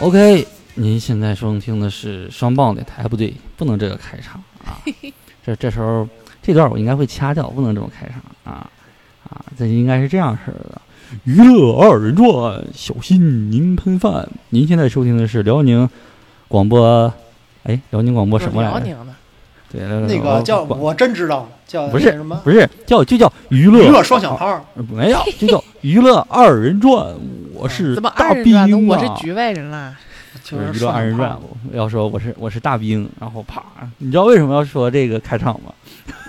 OK， 您现在收听的是双棒电台，不对，不能这个开场啊！这时候这段我应该会掐掉，不能这么开场啊！这应该是这样式的。娱乐二人转，小心您喷饭。您现在收听的是辽宁广播，辽宁广播什么来着？ 辽宁的。 对， 那个叫我真知道，叫不是什么？ 不是就叫娱乐双响炮， 没有，就叫娱乐二人转。我是怎么大二人转呢？ 兵我是局外人啦。 就是娱乐二人转。要说我是大兵，然后啪，你知道为什么要说这个开场吗？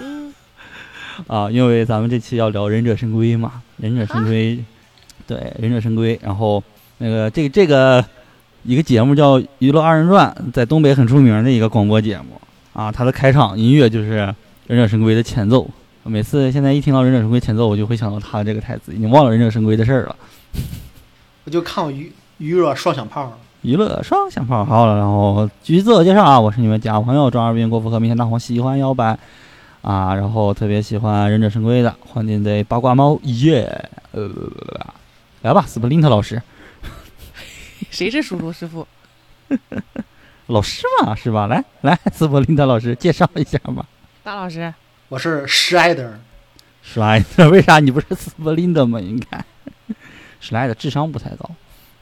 因为咱们这期要聊忍者神龟嘛，忍者神龟，对，忍者神龟。然后那个这个一个节目叫娱乐二人转，在东北很出名的一个广播节目啊，它的开场音乐就是忍者神龟的前奏。每次现在一听到忍者神龟前奏，我就会想到他这个台词，已经忘了忍者神龟的事儿了。 我就看过娱乐双响炮。 娱乐双响炮好了，然后继续自我介绍啊，我是你们假朋友庄二兵郭富和明天大黄，喜欢摇摆啊，然后特别喜欢忍者神龟的黄金贼八卦猫耶，来吧，斯普林特老师。 谁是叔叔师傅？ 老师嘛是吧？来，斯普林特老师介绍一下吧。 大老师， 我是施莱德。 施莱德，为啥你不是斯普林特吗？应该施莱德智商不太高。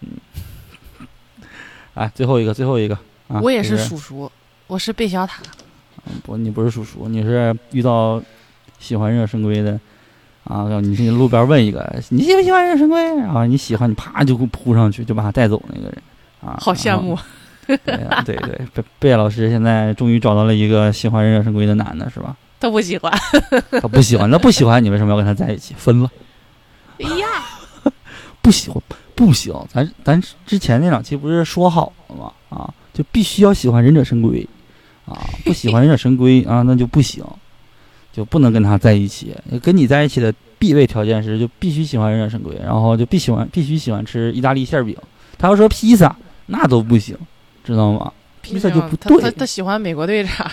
最后一个啊！ 我也是叔叔，我是贝小塔。 不，你不是叔叔，你是遇到喜欢忍者神龟的啊！你是路边问一个你喜不喜欢忍者神龟，然后你喜欢，你啪就扑上去就把他带走那个人啊！ 好羡慕。 对，贝老师现在终于找到了一个喜欢忍者神龟的男的，是吧？ 他不喜欢。 他不喜欢，那不喜欢你为什么要跟他在一起？分了。 哎呀， 不喜欢。不行，咱之前那两期不是说好了吗？就必须要喜欢忍者神龟啊，不喜欢忍者神龟啊，那就不行，就不能跟他在一起。跟你在一起的必备条件是，就必须喜欢忍者神龟，然后就必须喜欢吃意大利馅饼。他要说披萨，那都不行，知道吗？披萨就不对。 他喜欢美国队长。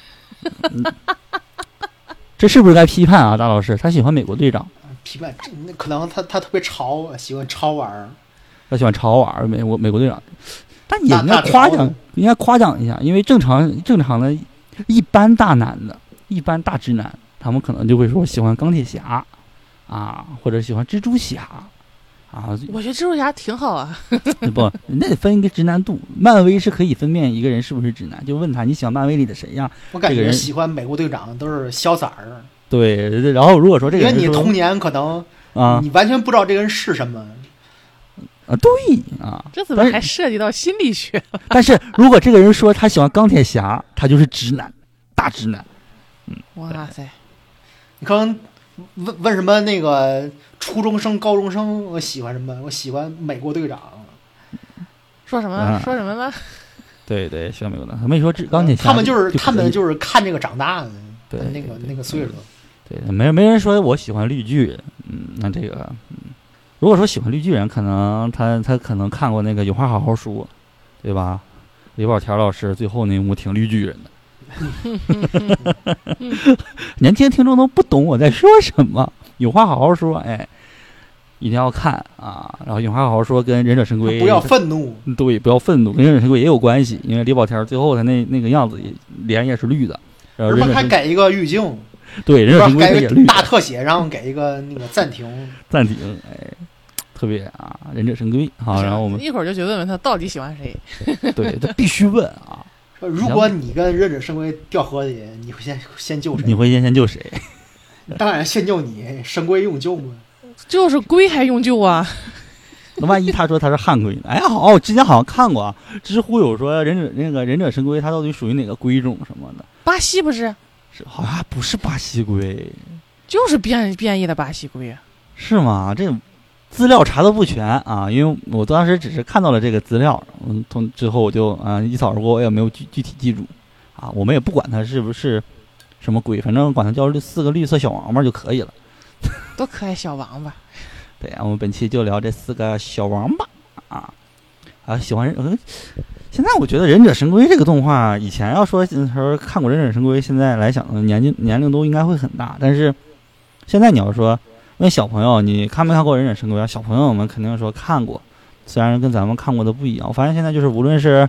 这是不是该批判啊，大老师？他喜欢美国队长。 批判，可能他特别潮，喜欢潮玩。 他喜欢潮玩美国队长，但也应该夸奖一下，因为正常的一般大男的，一般大直男，他们可能就会说喜欢钢铁侠啊，或者喜欢蜘蛛侠啊。 我觉得蜘蛛侠挺好啊。 不，那得分一个直男度。漫威是可以分辨一个人是不是直男，就问他你喜欢漫威里的谁呀？ 我感觉喜欢美国队长都是潇洒儿。 对，然后如果说这个人， 因为你童年可能你完全不知道这个人是什么啊，对啊， 这怎么还涉及到心理学？ 但是如果这个人说他喜欢钢铁侠，他就是直男，大直男。 哇塞！ 你可能问什么那个初中生、高中生，我喜欢什么？我喜欢美国队长。 说什么？说什么了？ 对，喜欢美国队长。他没说钢铁侠， 他们就是看这个长大的。 对， 那个岁数。 对，没人说我喜欢绿巨人。那这个，如果说喜欢绿巨人，可能他可能看过那个《有话好好说》，对吧？李保田老师最后那一幕挺绿巨人的。年轻听众都不懂我在说什么。有话好好说，一定要看啊！然后有话好好说跟忍者神龟不要愤怒， 对，不要愤怒，跟忍者神龟也有关系，因为李保田最后他那个样子脸也是绿的。 而且还给一个滤镜， 对，忍者神龟也绿大特写，然后给一个那个暂停， 特别啊，忍者神龟好，然后我们一会儿就去问问他到底喜欢谁。 对，他必须问啊！ 如果你跟忍者神龟掉河里，你会先救谁？ 你会先救谁？ 当然先救你，神龟用救吗？ 就是龟还用救啊？ 那万一他说他是汉龟呢？好，之前好像看过啊，知乎有说忍者神龟它到底属于哪个龟种什么的？ 巴西不是？ 好像不是巴西龟， 就是变异的巴西龟， 是吗？这资料查的不全啊，因为我当时只是看到了这个资料，之后我就一扫而过，我也没有具体记住啊。我们也不管它是不是什么龟，反正管它叫4个绿色小王八就可以了。 多可爱小王八！ 对啊，我们本期就聊这4个小王八喜欢现在我觉得忍者神龟这个动画，以前要说看过忍者神龟，现在来讲年龄都应该会很大，但是现在你要说问小朋友你看没看过忍者神龟，小朋友们肯定说看过， 虽然跟咱们看过的不一样，我发现现在就是无论是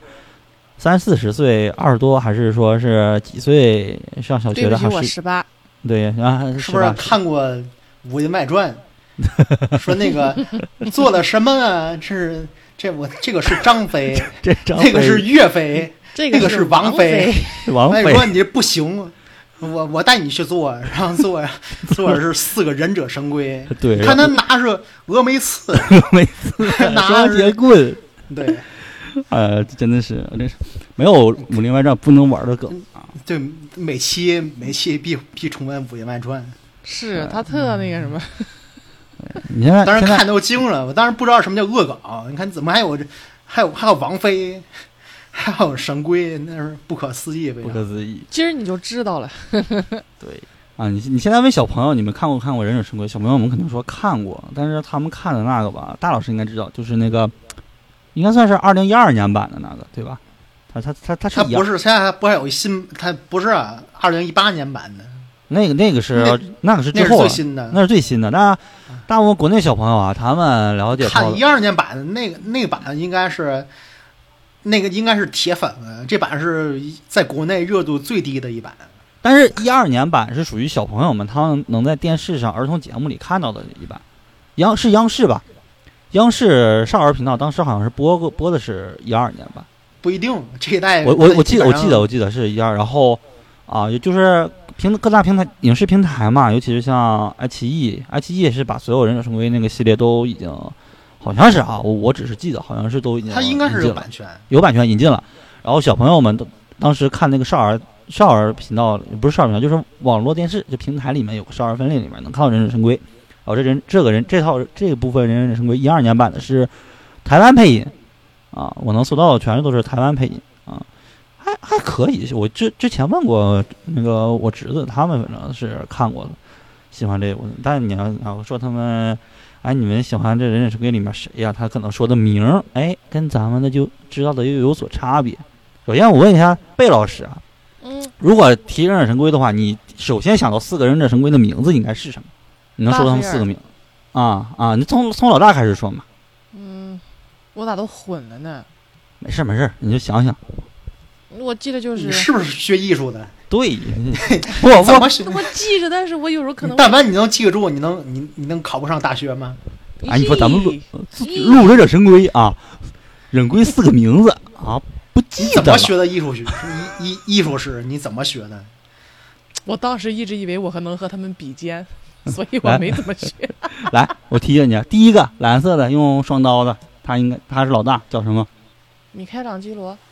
30-40岁、20多，还是说是几岁上小对不起， 学的，还我是 18。 对啊， 是不是看过《武林外传》？说那个做了什么啊？这个是张飞，那个是岳飞，那个是王妃。 王妃说你这不行，我带你去做，然后做是4个忍者神龟。 对， 看他拿着峨眉刺，拿双截棍。 对， 真的是没有《武林外传》不能玩的梗啊！ 对，每期必重温《武林外传》。 是他特那个什么。 你现在当时看都惊了，我当时不知道什么叫恶搞。你看怎么还有王妃，还有神龟，那是不可思议， 不可思议。 今儿你就知道了。 对啊，你现在问小朋友，你们看过忍者神龟？小朋友们肯定说看过，但是他们看的那个吧，大老师应该知道，就是那个应该算是2012年版的那个，对吧？他不是，现在他不还有新？他不是2018年版的。 那个是之后最新的， 那是最新的。那大部分国内小朋友啊，他们了解看12年版的那个版应该是铁粉了，这版是在国内热度最低的一版。 但是12年版是属于小朋友们他们能在电视上儿童节目里看到的一版，央视吧，央视少儿频道当时好像是播的是12年版， 不一定这一代我记得是12，然后也就是各大平台影视平台嘛，尤其是像爱奇艺也是把所有忍者神龟那个系列都已经好像是我只是记得好像是都已经， 它应该是有版权引进了，然后小朋友们当时看那个少儿频道，不是少儿频道，就是网络电视，就平台里面有个少儿分类，里面能看到忍者神龟。然后这部分忍者神龟12年版的是台湾配音啊，我能搜到的全都是台湾配音啊，还可以。我之前问过那个我侄子，他们反正是看过的，喜欢这个。但你要说他们，你们喜欢这忍者神龟里面谁呀？他可能说的名跟咱们的就知道的又有所差别。首先我问一下贝老师啊，如果提忍者神龟的话，你首先想到4个忍者神龟的名字应该是什么？你能说他们4个名你从老大开始说嘛。 我咋都混了呢？ 没事，你就想想。 我记得就是你是不是学艺术的？ 对， 我记着，但是我有时候可能但凡你能记得住，你能考不上大学吗？ 你说咱们录忍者神龟啊，忍龟4个名字不记得。 你怎么学的艺术史？你怎么学的？ 我当时一直以为我能和他们比肩，所以我没怎么学。 来，我提醒你，第一个蓝色的用双刀的，他是老大，叫什么？ 米开朗基罗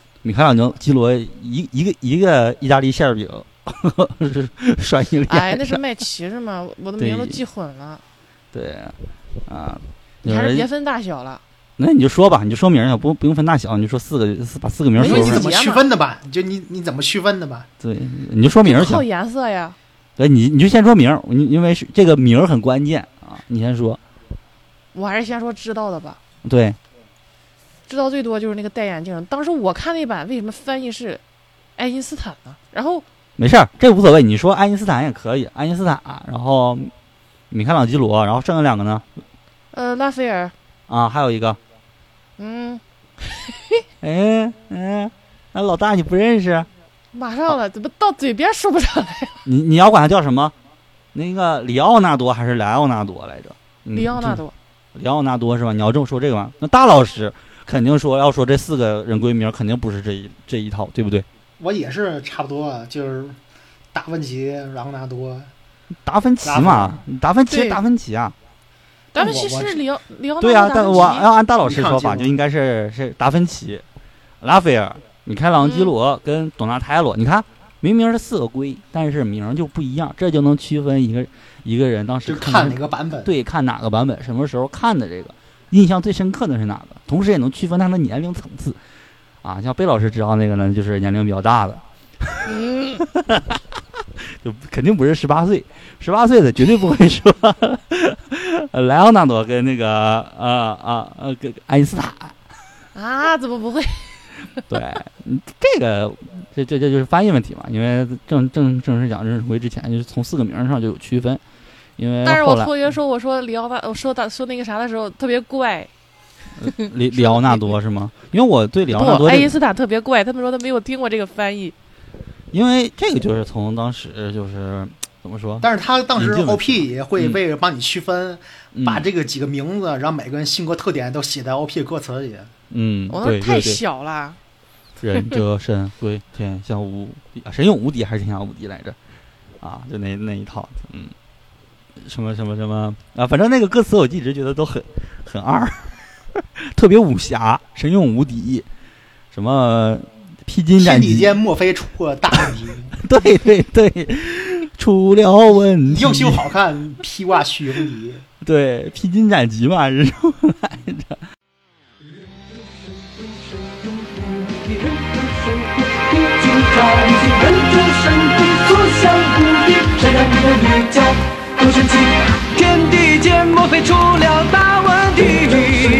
一个意大利馅饼拴一个。 那是麦琪是吗？我的名字记混了。 对你还是别分大小了。 那你就说吧，你就说名儿，不用分大小，你就说把4个名说出来。 你怎么区分的吧？你怎么区分的吧？ 对，你就说名儿行。 靠颜色呀。 对，你就先说名儿，因为是这个名儿很关键啊，你先说。 我还是先说知道的吧。 对。 知道最多就是那个戴眼镜，当时我看那版为什么翻译是爱因斯坦呢？然后没事儿，这无所谓，你说爱因斯坦也可以，爱因斯坦，然后米开朗基罗，然后剩下2个呢？ 拉斐尔还有一个，那老大你不认识？ 马上了，怎么到嘴边说不上来？ 你要管他叫什么？那个里奥纳多还是莱奥纳多来着？ 里奥纳多是吧？你要这么说这个吧，那大老师肯定要说这4个人归名肯定不是这一套，对不对？ 我也是差不多，就是达芬奇、朗纳多、 达芬奇嘛，达芬奇啊， 达芬奇是里奥对啊，但我要按大老师说法，就应该是达芬奇、拉斐尔、米开朗基罗跟董纳泰罗。你看，明明是4个龟，但是名就不一样，这就能区分一个人当时看哪个版本， 对，看哪个版本，什么时候看的这个。印象最深刻的是哪个？同时也能区分他的年龄层次，像贝老师知道那个呢，就是年龄比较大的，就肯定不是18岁，18岁的绝对不会说莱昂纳多跟那个跟爱因斯坦怎么不会？ 对，这个这就是翻译问题嘛，因为正式讲认识回之前，就是从4个名上就有区分。因为但是我同学说，我说里奥纳，我说那个啥的时候特别怪， 里奥纳多是吗？因为我对里奥纳多、 爱因斯坦特别怪，他们说他没有听过这个翻译。 因为这个就是从当时就是怎么说？ 但是他当时 OP 也会为了帮你区分，把这个几个名字，然后每个人性格特点都写在 OP 歌词里。 对， 太小了。 忍者神龟，天下无敌啊！神勇无敌还是天下无敌来着？啊，就那一套，什么啊，反正那个歌词我一直觉得都很二，特别武侠，神勇无敌，什么披荆斩棘， 天地间莫非出了大问题？ 对，出了问题。 英雄好看，披挂虚无敌。 对，披荆斩棘嘛，是什么来着？ 忍者神龟所向无敌，谁让你的羽角多神奇？天地间莫非出了大问题？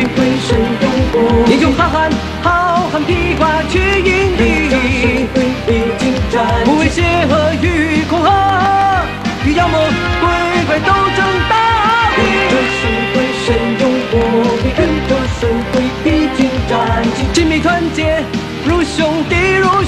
英雄好汉，好汉披挂去迎敌，不畏邪恶与恐吓，与妖魔鬼怪斗争大敌。忍者神龟神勇无敌，忍者神龟披荆斩棘，亲密团结如兄弟。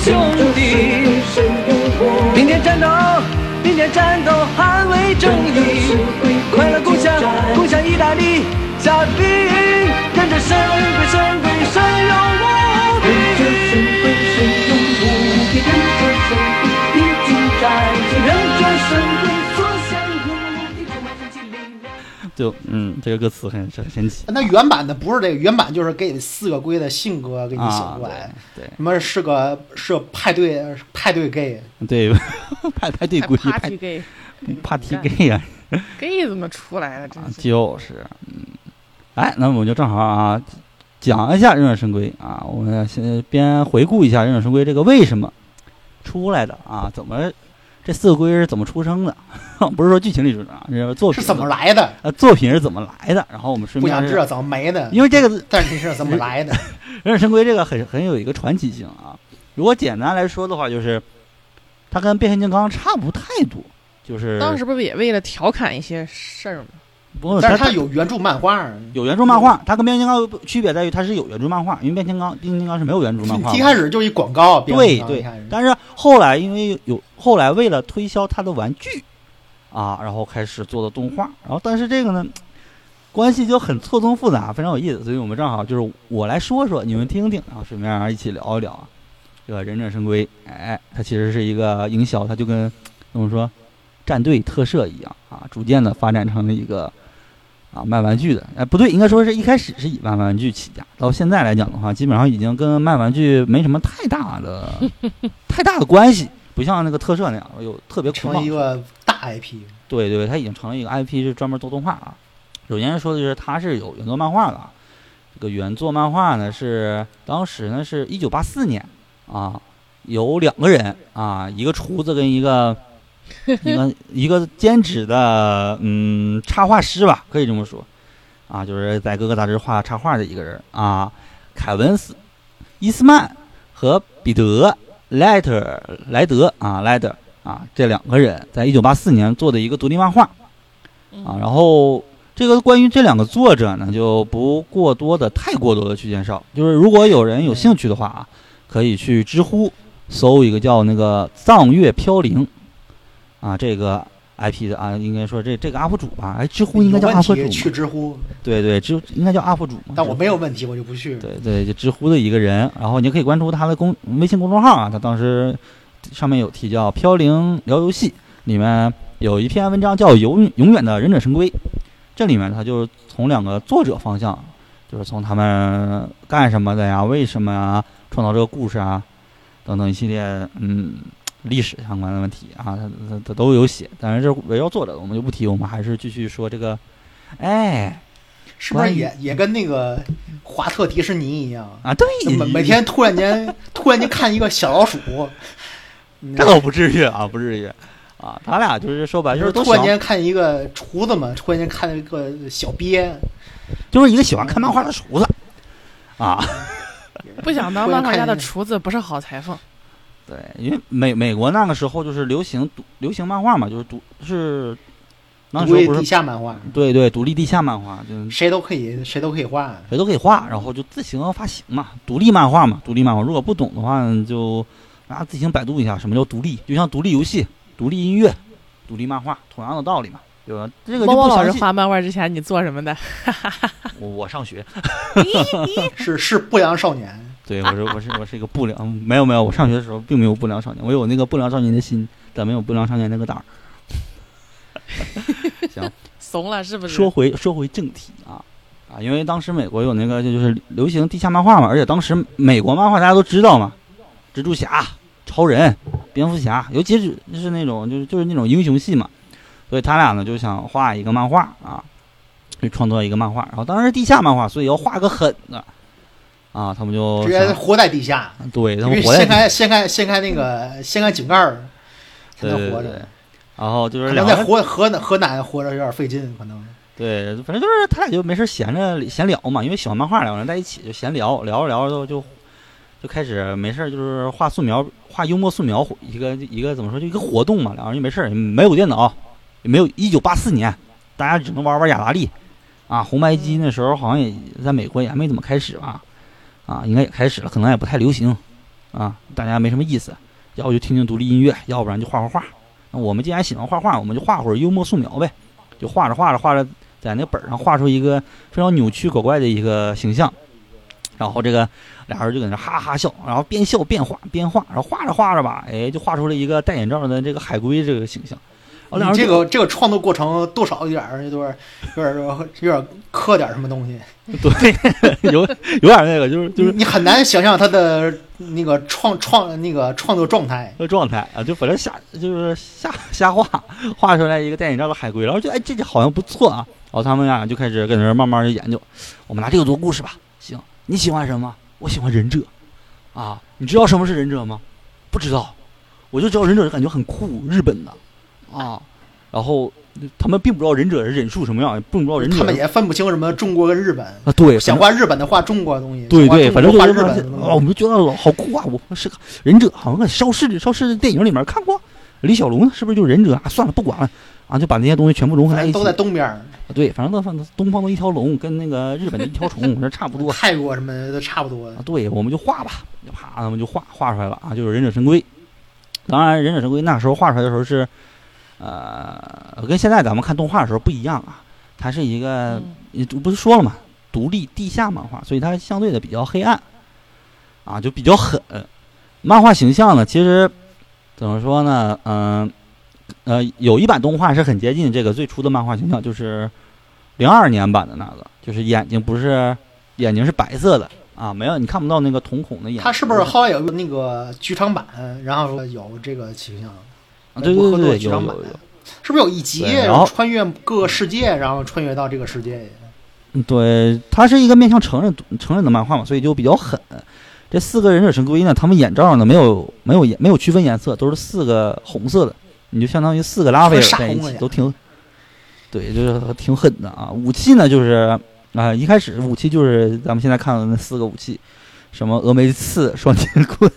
并肩战斗，捍卫正义，快乐共享意大利，下兵，忍者神龟神勇无敌，忍者神龟神勇无敌，忍者神龟披荆斩棘，忍者神龟所向无敌，充满神奇力量。 就这个歌词很神奇。 那原版的不是这个，原版就是给4个龟的性格给你写出来。 对， 什么是派对 gay？ 对，派对龟，party gay 啊 ，gay 怎么出来了？真是。 就是，那我们就正好啊，讲一下忍者神龟啊，我们先边回顾一下忍者神龟这个为什么出来的啊，怎么。这4个龟是怎么出生的？不是说剧情里出生啊，作品是怎么来的？ 作品是怎么来的？然后我们顺便不想知道怎么没的， 因为这个但是怎么来的？ 忍者神龟这个很有一个传奇性啊。如果简单来说的话，就是它跟变形金刚差不太多，就是当时不是也为了调侃一些事儿吗？ 不， 但是它有原著漫画， 它跟变形金刚区别在于它是有原著漫画，因为变形金刚是没有原著漫画。 一开始就一广告， 对，但是后来因为后来为了推销它的玩具啊，然后开始做的动画，然后但是这个呢关系就很错综复杂，非常有意思，所以我们正好就是我来说说，你们听听，然后顺便一起聊一聊啊。这个忍者神龟，它其实是一个营销，它就跟怎么说战队特摄一样啊，逐渐的发展成了一个卖玩具的。不对，应该说是一开始是以卖玩具起家，到现在来讲的话，基本上已经跟卖玩具没什么太大的关系，不像那个特摄那样有特别成一个大 IP。 对，它已经成了一个 IP， 是专门做动画啊。首先说的就是它是有原作漫画的，这个原作漫画呢是当时呢是1984年啊，有2个人啊，一个厨子跟一个兼职的插画师吧，可以这么说啊，就是在各个杂志画插画的一个人啊，凯文斯伊斯曼和彼得莱德这2个人在1984年做的一个独立漫画啊，然后这个关于这2个作者呢就不太过多的去介绍，就是如果有人有兴趣的话啊，可以去知乎搜一个叫那个藏月飘零啊，这个 IP 的啊，应该说这个 UP 主吧，知乎应该叫 UP 主， 去知乎， 对，应该叫 UP 主嘛。 但我没有问题，我就不去。 对，就知乎的一个人，然后你可以关注他的微信公众号啊，他当时上面有提叫飘零聊游戏，里面有一篇文章叫永远的忍者神龟，这里面他就从2个作者方向，就是从他们干什么的呀，为什么呀，创造这个故事啊，等等一系列历史相关的问题啊，他都有写，但是这围绕作者我们就不提，我们还是继续说这个， 是不是也跟那个华特迪士尼一样啊？对， 每天突然间看一个小老鼠， 这个不至于啊，他俩就是说白就是突然间看一个厨子嘛，突然间看一个小鳖， 就是一个喜欢看漫画的厨子啊， 不想当漫画家的厨子不是好裁缝。对， 因为美国那个时候就是流行漫画嘛，就是那时候不是地下漫画， 对，独立地下漫画，就谁都可以画， 然后就自行发行嘛，独立漫画嘛，如果不懂的话，就自行百度一下什么叫独立，就像独立游戏、独立音乐、独立漫画，同样的道理嘛，对吧？这个就猫猫老师画漫画之前你做什么的？ 我上学， 是不良少年。 对，我是一个不良，没有，我上学的时候并没有不良少年，我有那个不良少年的心，但没有不良少年那个胆儿。行， 怂了是不是？ 说回正题因为当时美国有那个就是流行地下漫画嘛，而且当时美国漫画大家都知道嘛，蜘蛛侠、超人、蝙蝠侠，尤其是那种就是那种英雄系嘛，所以他俩呢就想画一个漫画就创作一个漫画，然后当时是地下漫画，所以要画个狠的他们就直接活在地下， 对，他们活在掀开井盖才能活着。 对，然后就是可能在河南活着有点费劲，可能。 对，反正就是他俩就没事闲聊嘛，因为喜欢漫画，两个人在一起就闲聊着就开始没事就是画幽默素描，一个怎么说，就一个活动嘛，两个人就没事，没有电脑，也没有1984年，大家只能玩雅达利红白机那时候好像也在美国也还没怎么开始吧应该也开始了，可能也不太流行大家没什么意思，要不就听听独立音乐，要不然就画画。那我们既然喜欢画画，我们就画会儿幽默素描呗，就画着在那个本上画出一个非常扭曲搞怪的一个形象，然后这个俩人就在那哈哈笑，然后边笑边画，然后画着吧，就画出了一个戴眼罩的这个海龟这个形象。 你这个创作过程多少有点磕点什么东西。 对，有点那个，就是你很难想象他的那个创作状态就反正瞎画出来一个戴眼罩的海龟，然后就这好像不错然后他们俩就开始跟人慢慢的研究，我们拿这个做故事吧。行，你喜欢什么？我喜欢忍者你知道什么是忍者吗？不知道，我就知道忍者感觉很酷，日本的然后他们并不知道忍者是忍术什么样，并不知道忍者， 他们也分不清什么中国跟日本对， 想画日本的画中国的东西， 对，反正就画日本的我们就觉得好酷我是个忍者，好像消失的电影里面看过，李小龙是不是就是忍者算了，不管了就把那些东西全部融合在一起， 都在东边对，反正东方的一条龙跟那个日本的一条虫这差不多， 泰国什么的都差不多对，我们就画吧，他们就画出来了就是忍者神龟。当然忍者神龟那时候画出来的时候是跟现在咱们看动画的时候不一样它是一个不是说了嘛，独立地下漫画，所以它相对的比较黑暗就比较狠。漫画形象呢，其实怎么说呢，有一版动画是很接近这个最初的漫画形象，就是02年版的那个，就是眼睛是白色的没有，你看不到那个瞳孔的眼睛。 它是不是后来有那个剧场版，然后有这个形象？ 对，有， 是不是有一集然后穿越各个世界，然后穿越到这个世界？ 对，它是一个面向成人的漫画嘛，所以就比较狠。这4个忍者神龟呢，他们眼罩呢没有区分颜色，都是4个红色的，你就相当于4个拉斐尔在一起，都挺对，就是挺狠的武器呢就是一开始武器就是咱们现在看到的那4个武器，什么峨眉刺、双截棍。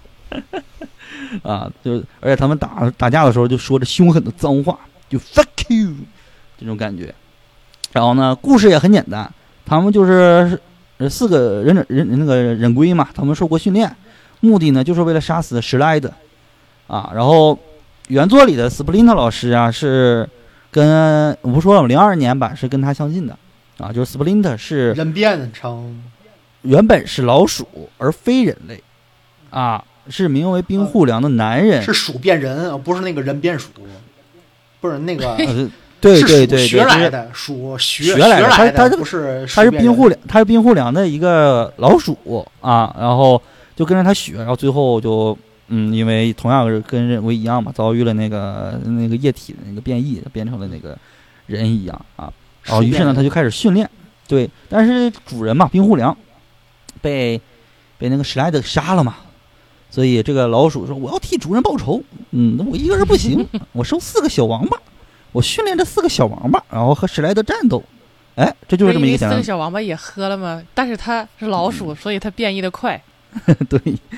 就是而且他们打架的时候就说着凶狠的脏话，就 fuck you 这种感觉。然后呢，故事也很简单，他们就是4个那个忍龟嘛，他们受过训练，目的呢就是为了杀死史莱德然后原作里的斯普林特老师是跟我不说了，02年版是跟他相近的就是斯普林特是人变成原本是老鼠而非人类是名为冰户良的男人， 是鼠变人，不是那个人变鼠，不是那个对， 学来的鼠学来的，他不是他是冰户良的一个老鼠然后就跟着他学，然后最后就因为同样跟人龟一样嘛，遭遇了那个液体的那个变异，变成了那个人一样然后于是呢他就开始训练，对，但是主人嘛冰户良被那个史莱德杀了嘛。所以这个老鼠说：“我要替主人报仇。我一个人不行，我收4个小王八，我训练这4个小王八，然后和史莱德战斗。这就是这么一个简单。 4个小王八也喝了吗？但是它是老鼠，所以它变异的快。 对，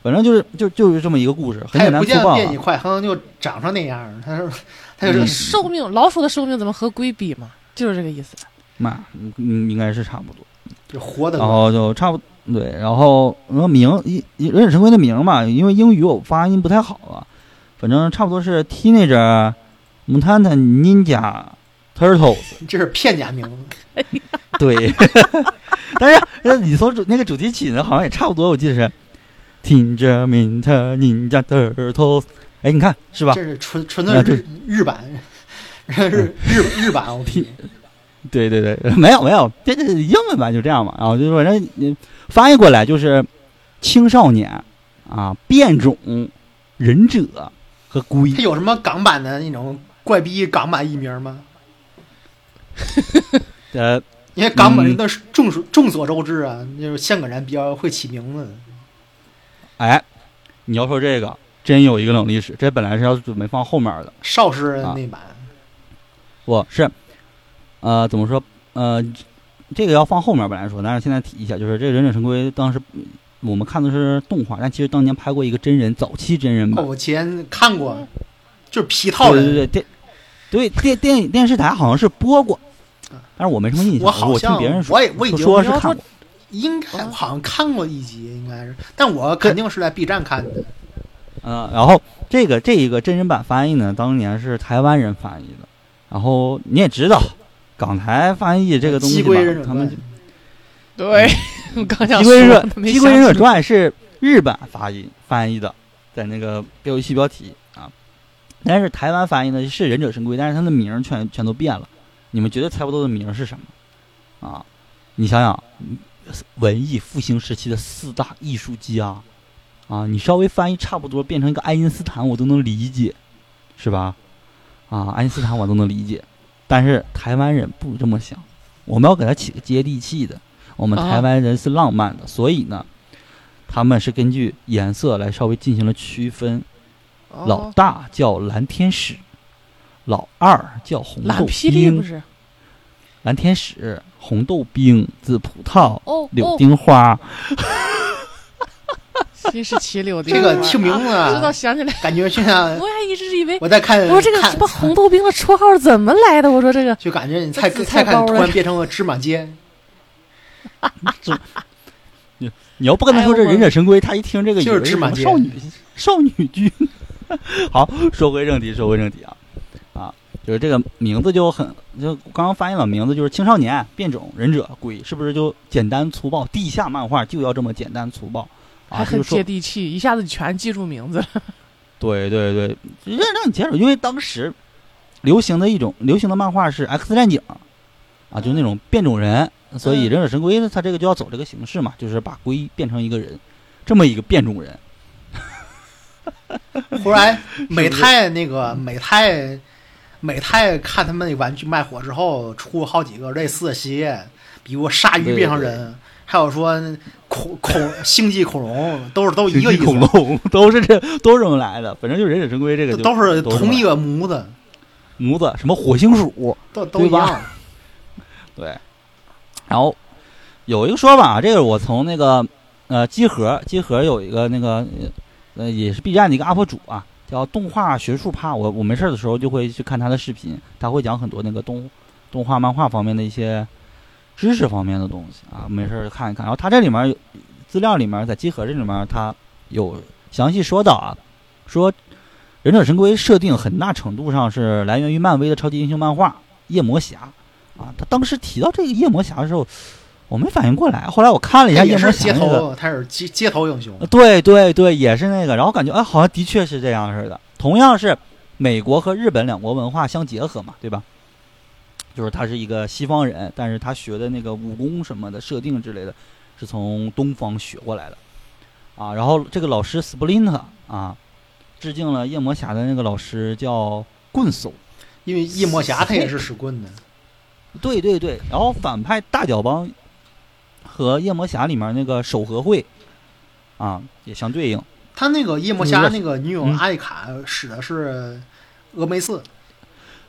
反正就是这么一个故事，很简单粗暴。 它也不见得变你快，可能就长成那样。它就是寿命，老鼠的寿命怎么和龟比嘛？就是这个意思。 嘛，应该是差不多， 就活的。 然后就差不多对，然后忍者神龟的名嘛，因为英语我发音不太好啊，反正差不多是 Teenager Mutant Ninja Turtles， 这是片假名。 对，但是你说那个主题曲呢，好像也差不多，我记得是 Teenager Mutant Ninja Turtles。哎，你看是吧？ 这是纯的日版，这是日版 OP。 对，没有，这英文版就这样嘛。然后就反正翻译过来就是青少年啊、变种、忍者和龟。 它有什么港版的那种怪逼港版译名吗？因为港版的众所周知啊，就是香港人比较会起名字。 哎，你要说这个，真有一个冷历史，这本来是要准备放后面的。 邵氏那版， 我是。怎么说？这个要放后面本来说，但是现在提一下，就是这个忍者神龟当时我们看的是动画，但其实当年拍过一个真人早期真人版。 我前看过，就是皮套人。 对，电视台好像是播过，但是我没什么印象。我听别人说， 我已经说是看过， 应该我好像看过一集，应该是，但我肯定是在 B 站看的。 然后这一个真人版翻译呢，当年是台湾人翻译的，然后你也知道。港台翻译这个东西吧，他们对，我刚想说 《 机龟忍者传》是日版翻译的，在那个标题啊，但是台湾翻译的是忍者神龟，但是它的名全都变了，你们绝对猜不到的名是什么啊？你想想，文艺复兴时期的4大艺术家啊，你稍微翻译差不多变成一个爱因斯坦，我都能理解，是吧？啊，爱因斯坦我都能理解。但是台湾人不这么想，我们要给他起个接地气的。我们台湾人是浪漫的，所以呢，他们是根据颜色来稍微进行了区分。老大叫蓝天使，老二叫红豆蓝霹雳不是？ 蓝天使、红豆冰、紫葡萄、柳丁花。 新时期柳丁这个听名字啊， 知道想起来， 感觉就像我还一直以为我在看。 我说这个什么红豆冰的绰号怎么来的？我说这个就感觉你才看，突然变成了芝麻街。 你要不跟他说这忍者神龟，他一听这个就是芝麻街少女剧。好，说回正题啊，就是这个名字就刚刚翻译了，名字就是青少年、变种、忍者、龟，是不是就简单粗暴？地下漫画就要这么简单粗暴。 还很接地气，一下子全记住名字了。 对，让你接受，因为当时流行的漫画是 X 战警啊，就是那种变种人，所以忍者神龟它这个就要走这个形式嘛，就是把龟变成一个人，这么一个变种人。 后来美泰看他们那玩具卖火之后，出好几个类似的系列，比如鲨鱼变成人。还有说星际恐龙都一个意思， 恐龙都是这么来的，反正就是忍者神龟这个都是同一个模子， 什么火星鼠都一样。 对，然后有一个说法，这个我从那个机核有一个那个也是 B 站的一个 UP 主啊，叫动画学术趴，我没事的时候就会去看他的视频，他会讲很多那个动画漫画方面的一些知识方面的东西啊，没事看一看。然后他这里面资料里面，在集合这里面，他有详细说到啊，说忍者神龟设定很大程度上是来源于漫威的超级英雄漫画夜魔侠啊。他当时提到这个夜魔侠的时候，我没反应过来，后来我看了一下夜魔侠那个， 他是街头英雄， 对，也是那个，然后感觉好像的确是这样似的。同样是美国和日本两国文化相结合嘛，对吧？就是他是一个西方人，但是他学的那个武功什么的设定之类的，是从东方学过来的，啊，然后这个老师斯普林特啊，致敬了夜魔侠的那个老师叫棍手， 因为夜魔侠他也是使棍的。 对，然后反派大角帮和夜魔侠里面那个手和会啊也相对应。 他那个夜魔侠那个女友阿丽卡使的是峨眉四。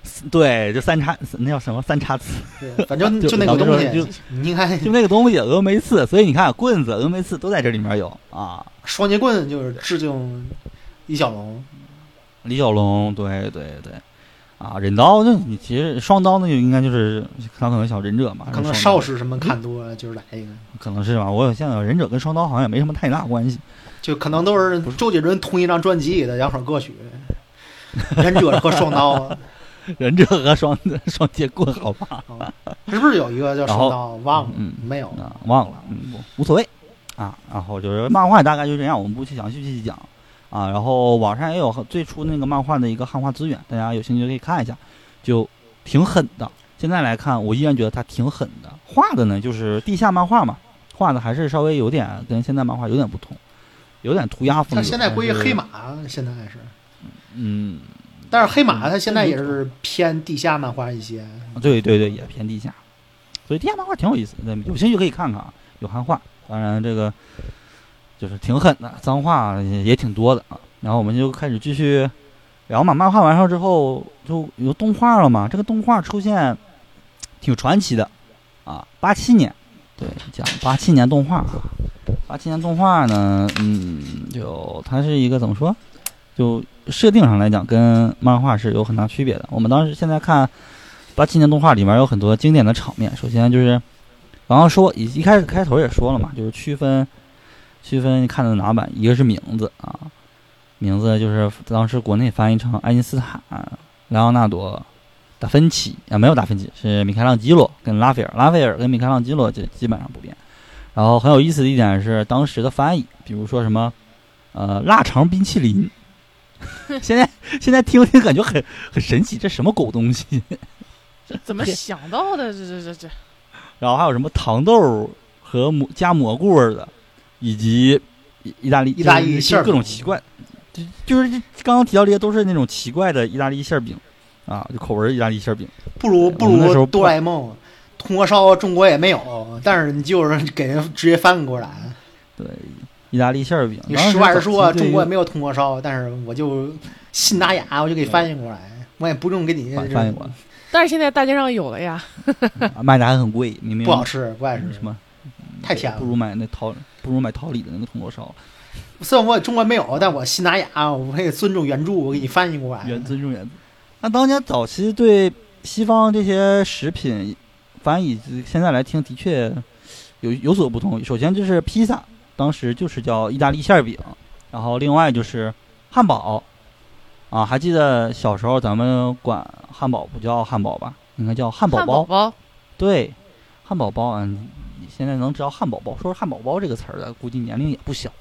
对，就三叉，那叫什么三叉刺？ 对，反正就那个东西，你看， 就那个东西，峨眉刺。所以你看，棍子、峨眉刺都在这里面有啊。 双截棍就是致敬李小龙， 对，啊，忍刀那你其实双刀那就应该就是他可能小忍者嘛， 可能邵氏什么看多了就是来一个， 可能是吧。我现在忍者跟双刀好像也没什么太大关系， 就可能都是周杰伦同一张专辑的两首歌曲，忍者和双刀。 忍者和双截棍，好吧？ 是不是有一个叫双刀？忘了，没有， 忘了，无所谓啊。然后就是漫画大概就这样，我们不去详细去讲啊。然后网上也有最初那个漫画的一个汉化资源，大家有兴趣可以看一下，就挺狠的。现在来看，我依然觉得它挺狠的。画的呢，就是地下漫画嘛，画的还是稍微有点跟现在漫画有点不同，有点涂鸦风格。 它现在归黑马，现在是，但是黑马它现在也是偏地下漫画一些， 对，也偏地下，所以地下漫画挺有意思的，有兴趣可以看看啊，有汉化，当然这个就是挺狠的，脏话也挺多的啊。然后我们就开始继续聊嘛，漫画完事之后就有动画了嘛，这个动画出现挺传奇的啊，87年，对，讲87年动画，87年动画呢，就它是一个怎么说，就设定上来讲跟漫画是有很大区别的。我们当时现在看87年动画里面有很多经典的场面，首先就是刚刚说一开头也说了嘛，就是区分你看的哪版，一个是名字啊，名字就是当时国内翻译成爱因斯坦、莱昂纳多、达芬奇啊，没有达芬奇，是米开朗基罗跟拉斐尔跟米开朗基罗就基本上不变。然后很有意思的一点是当时的翻译，比如说什么腊肠冰淇淋现在听感觉很神奇，这什么狗东西这怎么想到的这然后还有什么糖豆和加蘑菇味的，以及意大利馅各种奇怪，就是刚刚提到这些都是那种奇怪的意大利馅饼啊，就口味意大利馅饼。 不如哆啦 A 梦，铜锅烧中国也没有，但是你就是给人直接翻过来。 对，意大利馅饼。 你实话实说，中国也没有铜锅烧，但是我就信达雅，我就给翻译过来，我也不用给你翻译过来。 但是现在大街上有了呀， 卖的还很贵，明明不好吃，不爱吃什么， 太甜了， 不如买桃李的那个铜锅烧。 虽然我中国没有，但我信达雅，我可以尊重原著，我给你翻译过来。 尊重原著。那当年早期对西方这些食品翻译，现在来听的确有所不同。首先就是披萨，当时就是叫意大利馅饼，然后另外就是汉堡。啊，还记得小时候咱们管汉堡不叫汉堡吧，应该叫汉堡包。对，汉堡包你现在能知道汉堡包，说汉堡包这个词儿的，估计年龄也不小。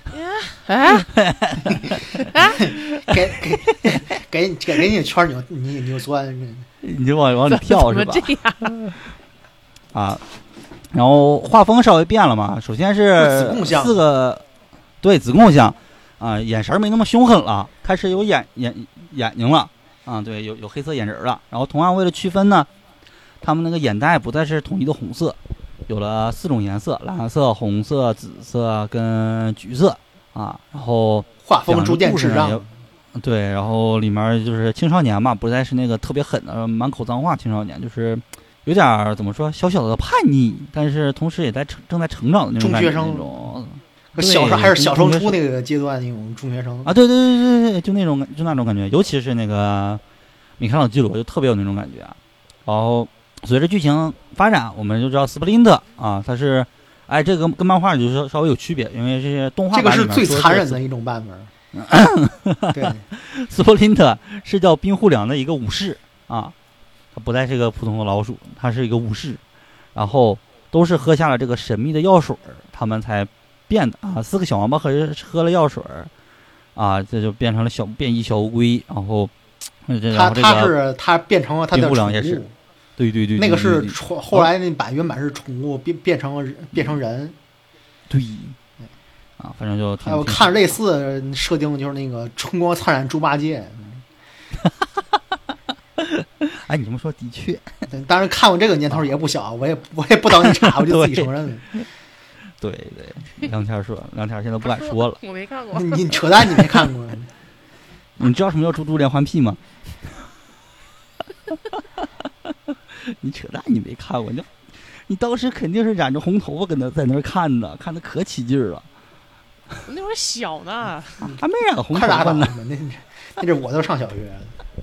给你圈扭钻，你就往里跳是吧？ 怎么这样啊，然后画风稍微变了嘛，首先是4个，对，子贡像。啊，眼神没那么凶狠了，开始有眼睛了啊，对，有黑色眼仁了。然后同样为了区分呢，他们那个眼袋不再是统一的红色，有了4种颜色：蓝色、红色、紫色跟橘色啊。然后画风逐渐智障， 对，然后里面就是青少年嘛，不再是那个特别狠的满口脏话青少年，就是有点怎么说小小的叛逆，但是同时也正在成长的那种感觉，那种。 小时候还是小升初那个阶段那种中学生啊，对，就那种感觉，尤其是那个米开朗基罗就特别有那种感觉啊。然后随着剧情发展，我们就知道斯普林特啊，他是这个跟漫画就是稍微有区别，因为这些动画版这个是最残忍的一种版本。对， 斯普林特是叫冰户良的一个武士啊，他不再是一个普通的老鼠，他是一个武士，然后都是喝下了这个神秘的药水，他们才变的啊，4个小王八喝了药水啊，这就变成了变异小乌龟，然后他变成了他的宠物， 也是，对， 那个是后来那原版是宠物变成人， 对，啊，反正就我看类似的设定就是那个春光灿烂猪八戒， 哎，你这么说的确， 当然看过这个年头也不小，我也不当你查，我就自己承认了。 对，梁天说，梁天现在不敢说了。 我没看过。 你扯淡，你没看过？ 你知道什么叫猪猪连环屁吗？ 你扯淡，你没看过？你当时肯定是染着红头发跟他在那儿看的，看的可起劲儿了。 我那会儿小呢， 还没染红头发呢。 那阵我都上小学。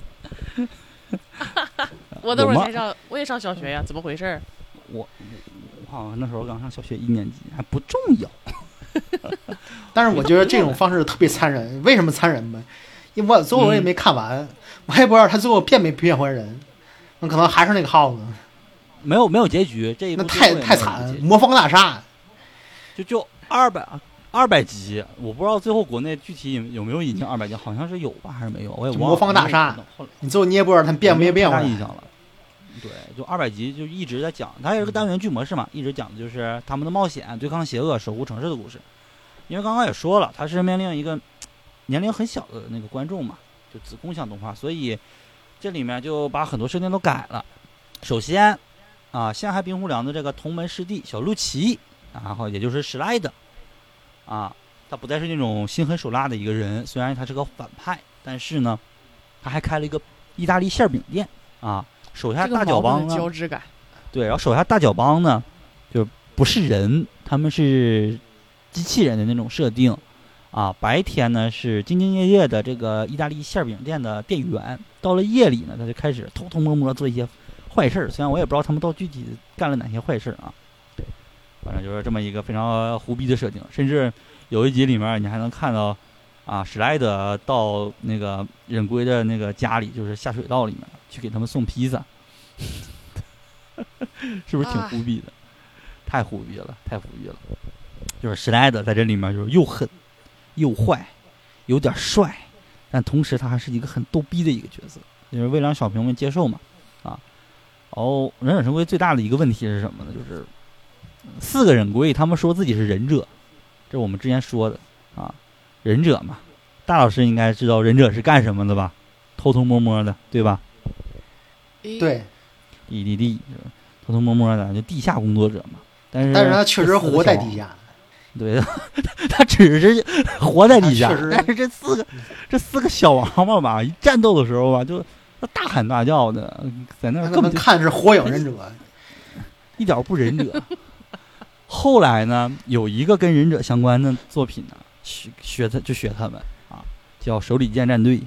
我那会儿才上，我也上小学呀，怎么回事？ 我好像那时候刚上小学1年级，还不重要。 但是我觉得这种方式特别残忍，为什么残忍呢？因为最后我也没看完，我也不知道他最后变没变回人，那可能还是那个耗子。 没有结局，这一部那太惨，魔方大厦就200集，我不知道最后国内具体有没有引进200集，好像是有吧，还是没有？我也忘了。 魔方大厦，你最后你也不知道他变没变回来。 印象了。对，就200集就一直在讲，它也是个单元剧模式嘛，一直讲的就是他们的冒险、对抗邪恶、守护城市的故事。因为刚刚也说了，它是面临一个年龄很小的那个观众嘛，就子供向动画，所以这里面就把很多设定都改了。首先陷害冰户良的这个同门师弟小陆奇，然后也就是史莱德他不再是那种心狠手辣的一个人，虽然他是个反派，但是呢他还开了一个意大利馅饼店手下大脚帮呢， 交织感。 对，然后手下大脚帮呢就不是人，他们是机器人的那种设定白天呢是兢兢业业的这个意大利馅饼店的店员，到了夜里呢他就开始偷偷摸摸做一些坏事，虽然我也不知道他们到具体干了哪些坏事反正就是这么一个非常胡逼的设定。甚至有一集里面你还能看到史莱德到那个忍龟的那个家里，就是下水道里面去给他们送披萨是不是挺胡逼的？太胡逼了。就是史莱德在这里面就是又狠又坏，有点帅，但同时他还是一个很逗逼的一个角色，就是为了让小朋友们接受嘛忍者神龟最大的一个问题是什么呢？就是4个忍龟他们说自己是忍者，这是我们之前说的忍者嘛，大老师应该知道忍者是干什么的吧？偷偷摸摸的，对吧？ 对， 偷偷摸摸的，就地下工作者嘛。但是他确实活在地下。 对，他只是活在地下，但是这四个小王八吧，一战斗的时候吧，就大喊大叫的，在那根本看是火影忍者， 一点不忍者。后来呢，有一个跟忍者相关的作品呢，学他们叫手里剑战队。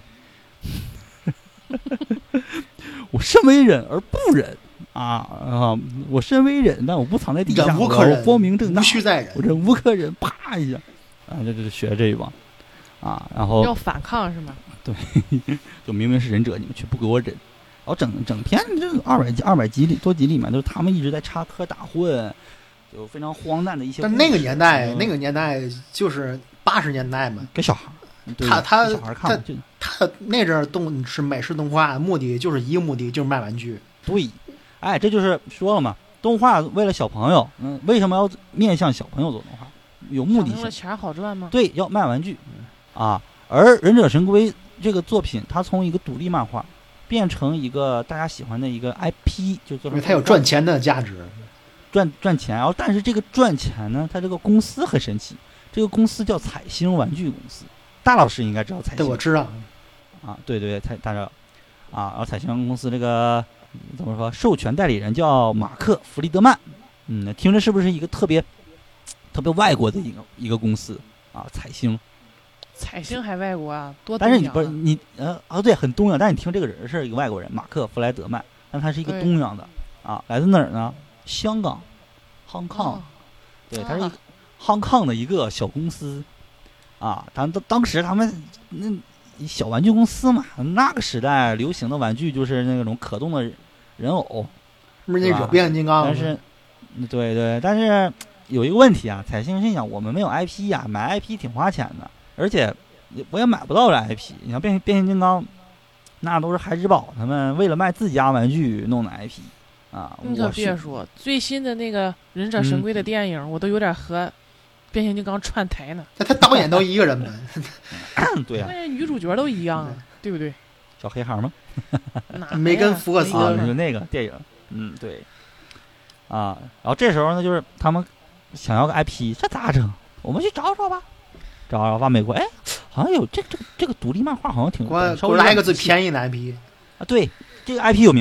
我身为忍而不忍我身为忍，但我不藏在地下， 忍无可忍， 我光明正大， 无需再忍， 我忍无可忍，啪一下就学这一帮然后要反抗是吗？ 对，就明明是忍者，你们却不给我忍。然后整篇这200集多集里面，都是他们一直在插科打诨，就非常荒诞的一些。 但那个年代就是80年代嘛， 给小孩。 他小孩看他那阵是美式动画，目的就是一个目的，就是卖玩具。 对，这就是说了嘛，动画为了小朋友，为什么要面向小朋友做动画？有目的性。 钱好赚吗？ 对，要卖玩具而忍者神龟这个作品，它从一个独立漫画变成一个大家喜欢的一个 IP， 就做成它有赚钱的价值， 赚钱。然后，但是这个赚钱呢，它这个公司很神奇，这个公司叫彩星玩具公司。大老师应该知道彩星， 对，我知道对，大家然后彩星公司这个怎么说，授权代理人叫马克·弗利德曼。听着是不是一个特别外国的一个公司彩星还外国多但是你不是你对，很东洋。但是你听这个人是一个外国人，马克·弗莱德曼，但他是一个东洋的来自哪儿呢？香港 ，Hong Kong。对，他是一个 Hong Kong 的一个小公司当时他们小玩具公司嘛，那个时代流行的玩具就是那种可动的人偶， 不是那种变形金刚。 但是对，但是有一个问题彩星心想，我们没有 IP 买 IP 挺花钱的，而且我也买不到这 IP。你像变形金刚，那都是孩之宝他们为了卖自家玩具弄的 IP 你可别说，最新的那个忍者神龟的电影，我都有点和变形金刚串台呢。 他导演都一个人呗。 对女主角都一样对不对？ 小黑孩吗？ 梅根·福克斯就那个电影。对。然后这时候呢，就是他们想要个 IP， 这咋整？我们去找吧。找吧，美国，好像有这个独立漫画，好像挺给我来一个最便宜的 IP 对，这个 IP 有名气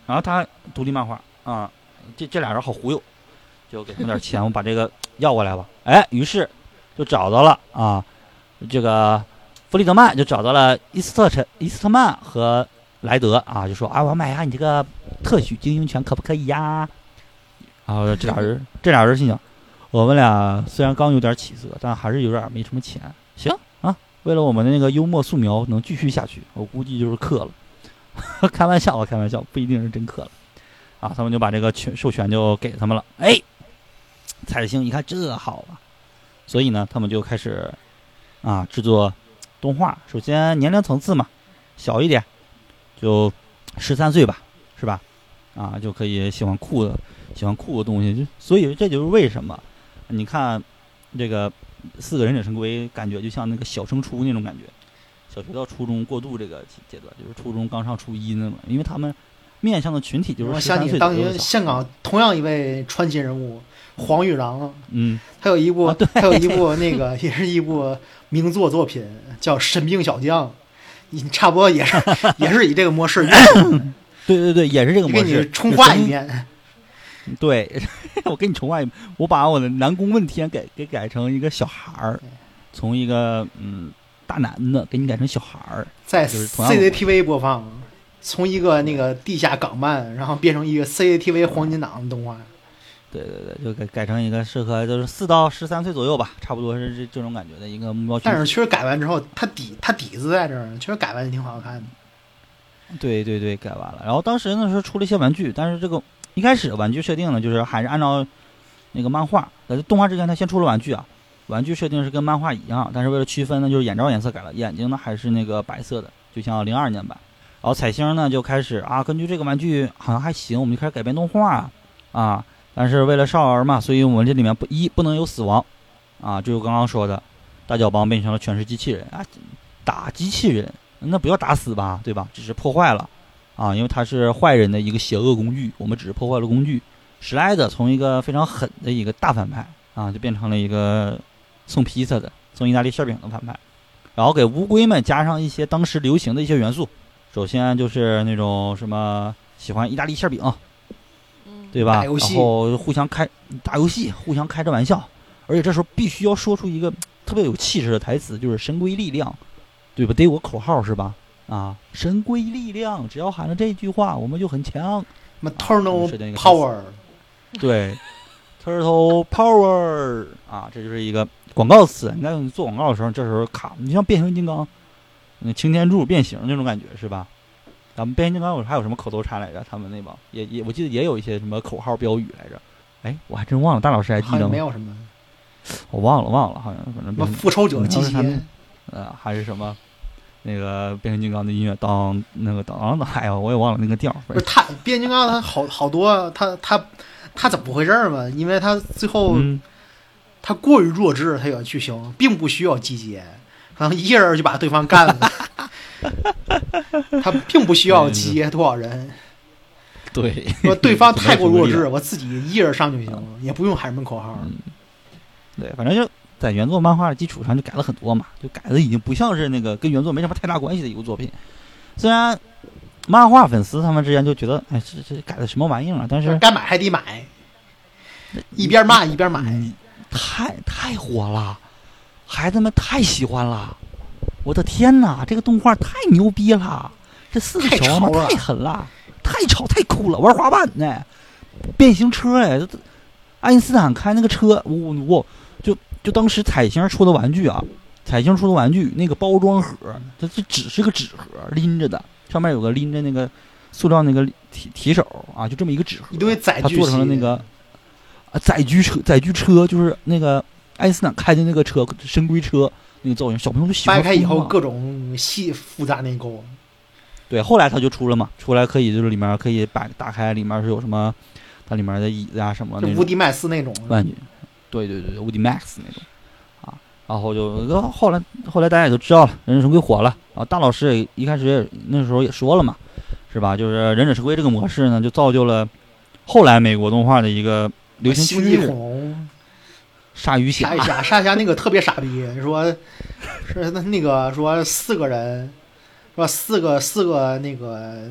然后他独立漫画啊，这俩人好忽悠，就给他们点钱，我把这个要过来吧。哎，于是就找到了啊，这个弗里德曼就找到了伊斯特曼和莱德啊，就说啊，我要买下你这个特许经营权，可不可以呀？然后这俩人心想，我们俩虽然刚有点起色，但还是有点没什么钱。行啊，为了我们的那个幽默素描能继续下去，我估计就是氪了。开玩笑，不一定是真氪了啊。他们就把这个授权就给他们了。哎，彩星一看这好啊，所以呢，他们就开始啊制作动画。首先年龄层次嘛，小一点，就13岁吧，是吧？啊，就可以喜欢酷的东西，所以这就是为什么你看这个4个忍者神龟，感觉就像那个小升初那种感觉，小学到初中过渡这个阶段，就是初中刚上初一那种，因为他们面向的群体就是13岁左右的小孩。我想起当年香港同样一位传奇人物黄玉郎，他有一部，那个也是一部名作品叫《神兵小将》，差不多也是以这个模式。 对，也是这个模式。 给你重画一遍。 对，我给你重画一遍。我把我的南宫问天给改成一个小孩儿，从一个大男的给你改成小孩儿， 在 CCTV 播放，从一个那个地下港漫，然后变成一个 CCTV 黄金档的动画。 对，就改成一个适合就是4到13岁左右吧，差不多是这种感觉的一个目标群体。 但是确实改完之后，它底子在这儿，确实改完挺好看的。 对，改完了。然后当时呢是出了一些玩具，但是这个一开始玩具设定呢，就是还是按照那个漫画，在动画之前他先出了玩具啊，玩具设定是跟漫画一样，但是为了区分呢，就是眼罩颜色改了，眼睛呢还是那个白色的，就像02年版。然后彩星呢就开始啊，根据这个玩具好像还行，我们就开始改编动画啊，但是为了少儿嘛，所以我们这里面不能有死亡啊，就是刚刚说的大脚帮变成了全是机器人啊，打机器人。那不要打死吧，对吧？只是破坏了啊，因为它是坏人的一个邪恶工具，我们只是破坏了工具。史莱德从一个非常狠的一个大反派啊，就变成了一个送披萨的、送意大利馅饼的反派，然后给乌龟们加上一些当时流行的一些元素。首先就是那种什么喜欢意大利馅饼，对吧？然后互相打游戏，互相开着玩笑，而且这时候必须要说出一个特别有气势的台词，就是神龟力量。对吧？得有个口号是吧？啊，神龟力量，只要喊了这句话，我们就很强。 Maternal power， 对 ，Turtle power 啊，这就是一个广告词。你在做广告的时候，这时候卡，你像变形金刚，擎天柱变形那种感觉是吧？咱们变形金刚还有什么口头禅来着？他们那帮也，我记得也有一些什么口号标语来着。哎，我还真忘了，大老师还记得吗？ 没有什么， 我忘了，好像反正复仇者季节。 还是什么，那个变形金刚的音乐当，哎呀，我也忘了那个调。 不是他变形金刚，他好多，他怎么回事嘛？因为他最后，他过于弱智，他有剧情并不需要集结，可能一人就把对方干了。他并不需要集结多少人。 对， 说对方太过弱智，我自己一人上就行了，也不用喊什么口号。 对，反正就。在原作漫画的基础上就改了很多嘛，就改的已经不像是那个跟原作没什么太大关系的一个作品。虽然漫画粉丝他们之间就觉得，哎，这改的什么玩意儿啊？但是该买还得买，一边骂一边买， 太火了，孩子们太喜欢了。我的天哪，这个动画太牛逼了！这4个小王八太狠了，太吵太酷了，玩滑板呢，变形车哎，爱因斯坦开那个车，就当时彩星出的玩具啊，那个包装盒，这只是个纸盒拎着的，上面有个拎着那个塑料那个提手啊，就这么一个纸盒， 一堆载具， 它做成了那个载具车，就是那个爱因斯坦开的那个车，神龟车那个造型，小朋友都喜欢。 掰开以后各种细复杂内购。 对，后来它就出了嘛，出来可以就是里面可以打开，里面是有什么，它里面的椅子啊什么的， 无敌麦斯那种玩具。对，无敌 Max 那种啊，然后就后来大家也都知道了，忍者神龟火了，然后大老师也一开始那时候也说了嘛，是吧？就是忍者神龟这个模式呢，就造就了后来美国动画的一个流行趋势。鲨鱼侠那个特别傻逼，说是那个说4个人，说四个那个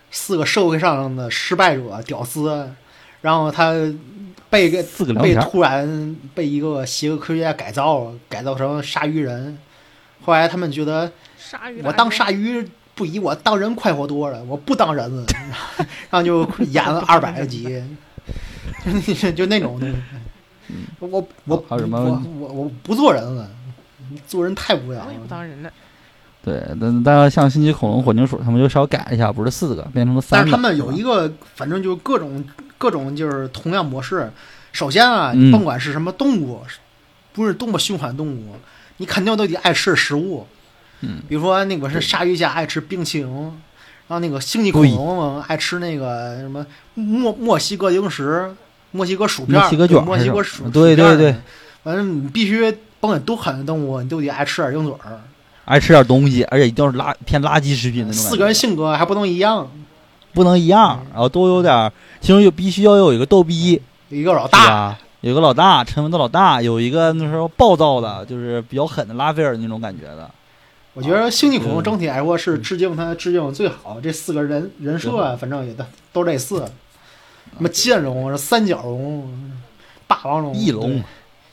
4个社会上的失败者屌丝，然后他被突然被一个邪恶科学家改造成鲨鱼人，后来他们觉得我当鲨鱼不比我当人快活多了，我不当人了，然后就演了200集，就那种的。我不做人了，做人太无聊了。 我也不当人了。 对，但像星际恐龙、火警鼠，他们就稍微改了一下，不是4个变成了3个。 但是他们有一个，反正就各种就是同样模式。首先啊，你甭管是什么动物，不是多么凶悍动物，你肯定都得爱吃食物。比如说那个是鲨鱼家爱吃冰淇淋，然后那个星际恐龙爱吃那个什么墨西哥零食、墨西哥薯片、 墨西哥卷、 墨西哥薯片。 对， 反正你必须甭管多狠的动物，你都得爱吃点零嘴儿， 爱吃点东西，而且一定是偏垃圾食品的那种。 4个人性格还不能一样， 然后都有点，其中就必须要有一个逗逼， 有一个老大， 有个老大，沉稳的老大，有一个那时候暴躁的，就是比较狠的拉斐尔那种感觉的。 我觉得星际恐龙整体来说是致敬最好，这4个人设啊，反正也都类似，什么剑龙、三角龙、霸王龙、翼龙，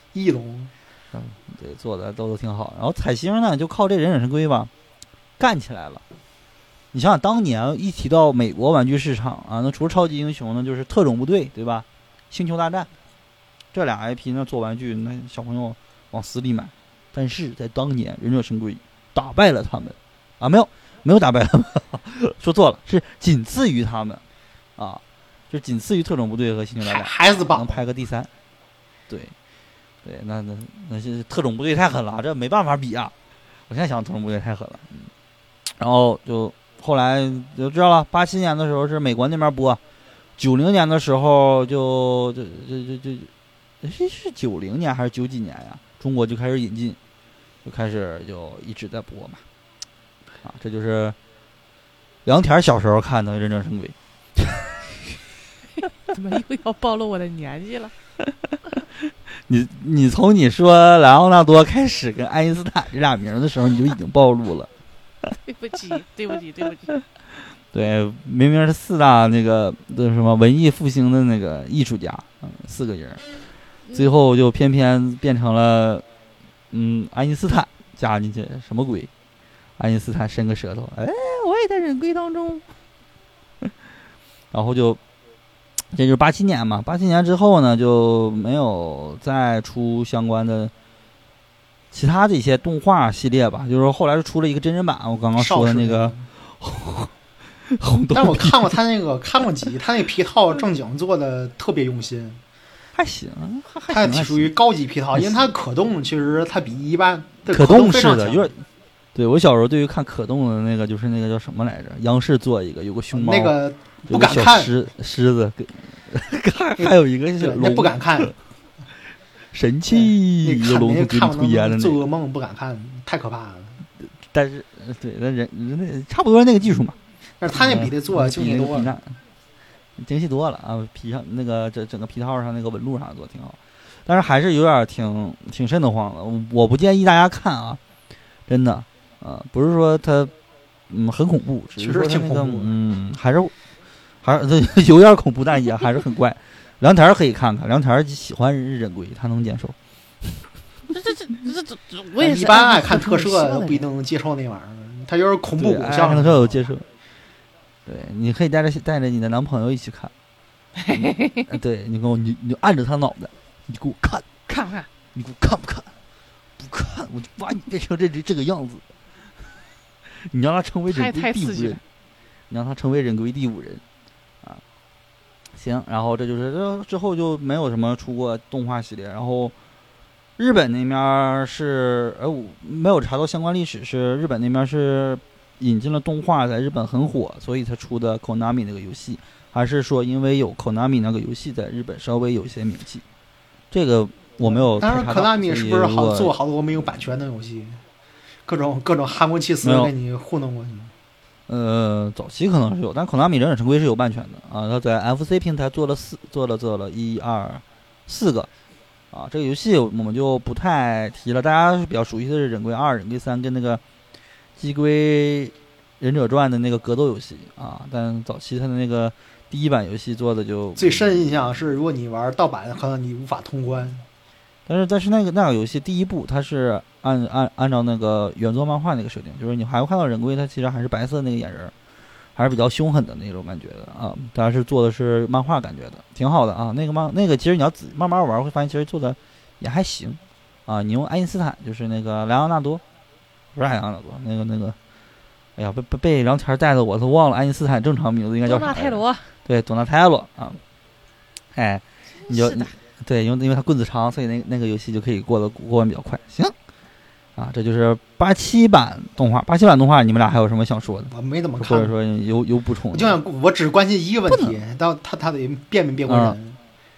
对，做的都挺好。然后彩星呢，就靠这忍者神龟吧，干起来了。你想想，当年一提到美国玩具市场啊，那除了超级英雄呢，就是特种部队，对吧？星球大战这俩 IP 呢，做玩具那小朋友往死里买。但是在当年，忍者神龟打败了他们啊，没有打败他们，说错了，是仅次于他们啊，就仅次于特种部队和星球大战， 孩子榜能排个第3。对，那是特种部队太狠了，这没办法比啊！我现在想特种部队太狠了，然后就后来就知道了，87年的时候是美国那边播，90年的时候是90年还是90几年呀？中国就开始引进，就一直在播嘛。啊，这就是梁田小时候看的《忍者神龟》。 怎么又要暴露我的年纪了？ 你从你说莱昂纳多开始跟爱因斯坦这俩名的时候，你就已经暴露了。 对不起。 对，明明是4大那个的什么文艺复兴的那个艺术家，4个人，最后就偏偏变成了爱因斯坦加进去什么鬼？爱因斯坦伸个舌头，哎，我也在忍龟当中。然后这就是87年嘛，87年之后呢，就没有再出相关的其他的一些动画系列吧。就是后来是出了一个真人版，我刚刚说的那个红豆。 但我看过几集，他那皮套正经做的特别用心， 还行， 它属于高级皮套，因为它可动，其实它比一般可动式的有点。对，我小时候对于看可动的那个，就是那个叫什么来着？央视做一个，有个熊猫， 那个不敢看， 狮子，还有一个是龙， 不敢看， 神器，有龙给你吐烟的那个， 做噩梦不敢看，太可怕了。 但是对，那人差不多那个技术嘛。 但是他那比那做精细多了啊！皮上那个整个皮套上那个纹路上做挺好，但是还是有点挺瘆得慌的。我不建议大家看啊，真的不是说它很恐怖，只是说它那个还是有点恐怖，但也还是很怪。梁田可以看看，梁田喜欢忍龟，他能接受。 这我也是一般爱看特摄不一定能接受那玩意儿，他就是恐怖爱看特摄有接受。对，你可以带着你的男朋友一起看。对，你就按着他脑袋，你给我看，你给我看不看？不看，我就把你变成这个样子。你让他成为忍龟第5人，你让他成为忍龟第5人啊。行，然后这就是之后就没有什么出过动画系列，然后日本那边是我没有查到相关历史，是日本那边是引进了动画，在日本很火，所以才出的 Konami 那个游戏，还是说因为有 Konami 那个游戏在日本稍微有一些名气？这个我没有。 当然 Konami 是不是做好多没有版权的游戏，各种韩国气死给你糊弄过去？ 早期可能是有，但 Konami 忍者神龟是有版权的啊。他在 FC 平台做了1、2、4个啊。这个游戏我们就不太提了，大家比较熟悉的是忍龟2、忍龟3跟那个鸡龟忍者传的那个格斗游戏啊，但早期它的那个第一版游戏做的就最深印象是，如果你玩盗版，可能你无法通关。 但是那个游戏第一部它是按照那个原作漫画那个设定，就是你还会看到忍龟，它其实还是白色那个眼人，还是比较凶狠的那种感觉的啊。它是做的是漫画感觉的，挺好的啊。那个其实你要慢慢玩会发现，其实做的也还行啊。你用爱因斯坦，就是那个莱昂纳多，不是莱昂纳多，那个，哎呀，被梁前带的我都忘了爱因斯坦正常名字应该叫啥？ 多纳泰罗。 对，多纳泰罗啊。哎，你就对，因为它棍子长，所以那个游戏就可以过关比较快。行，啊，这就是87版动画。87版动画，你们俩还有什么想说的？ 我没怎么看， 或者说有补充？ 我只关心一个问题，到他得变没变过人？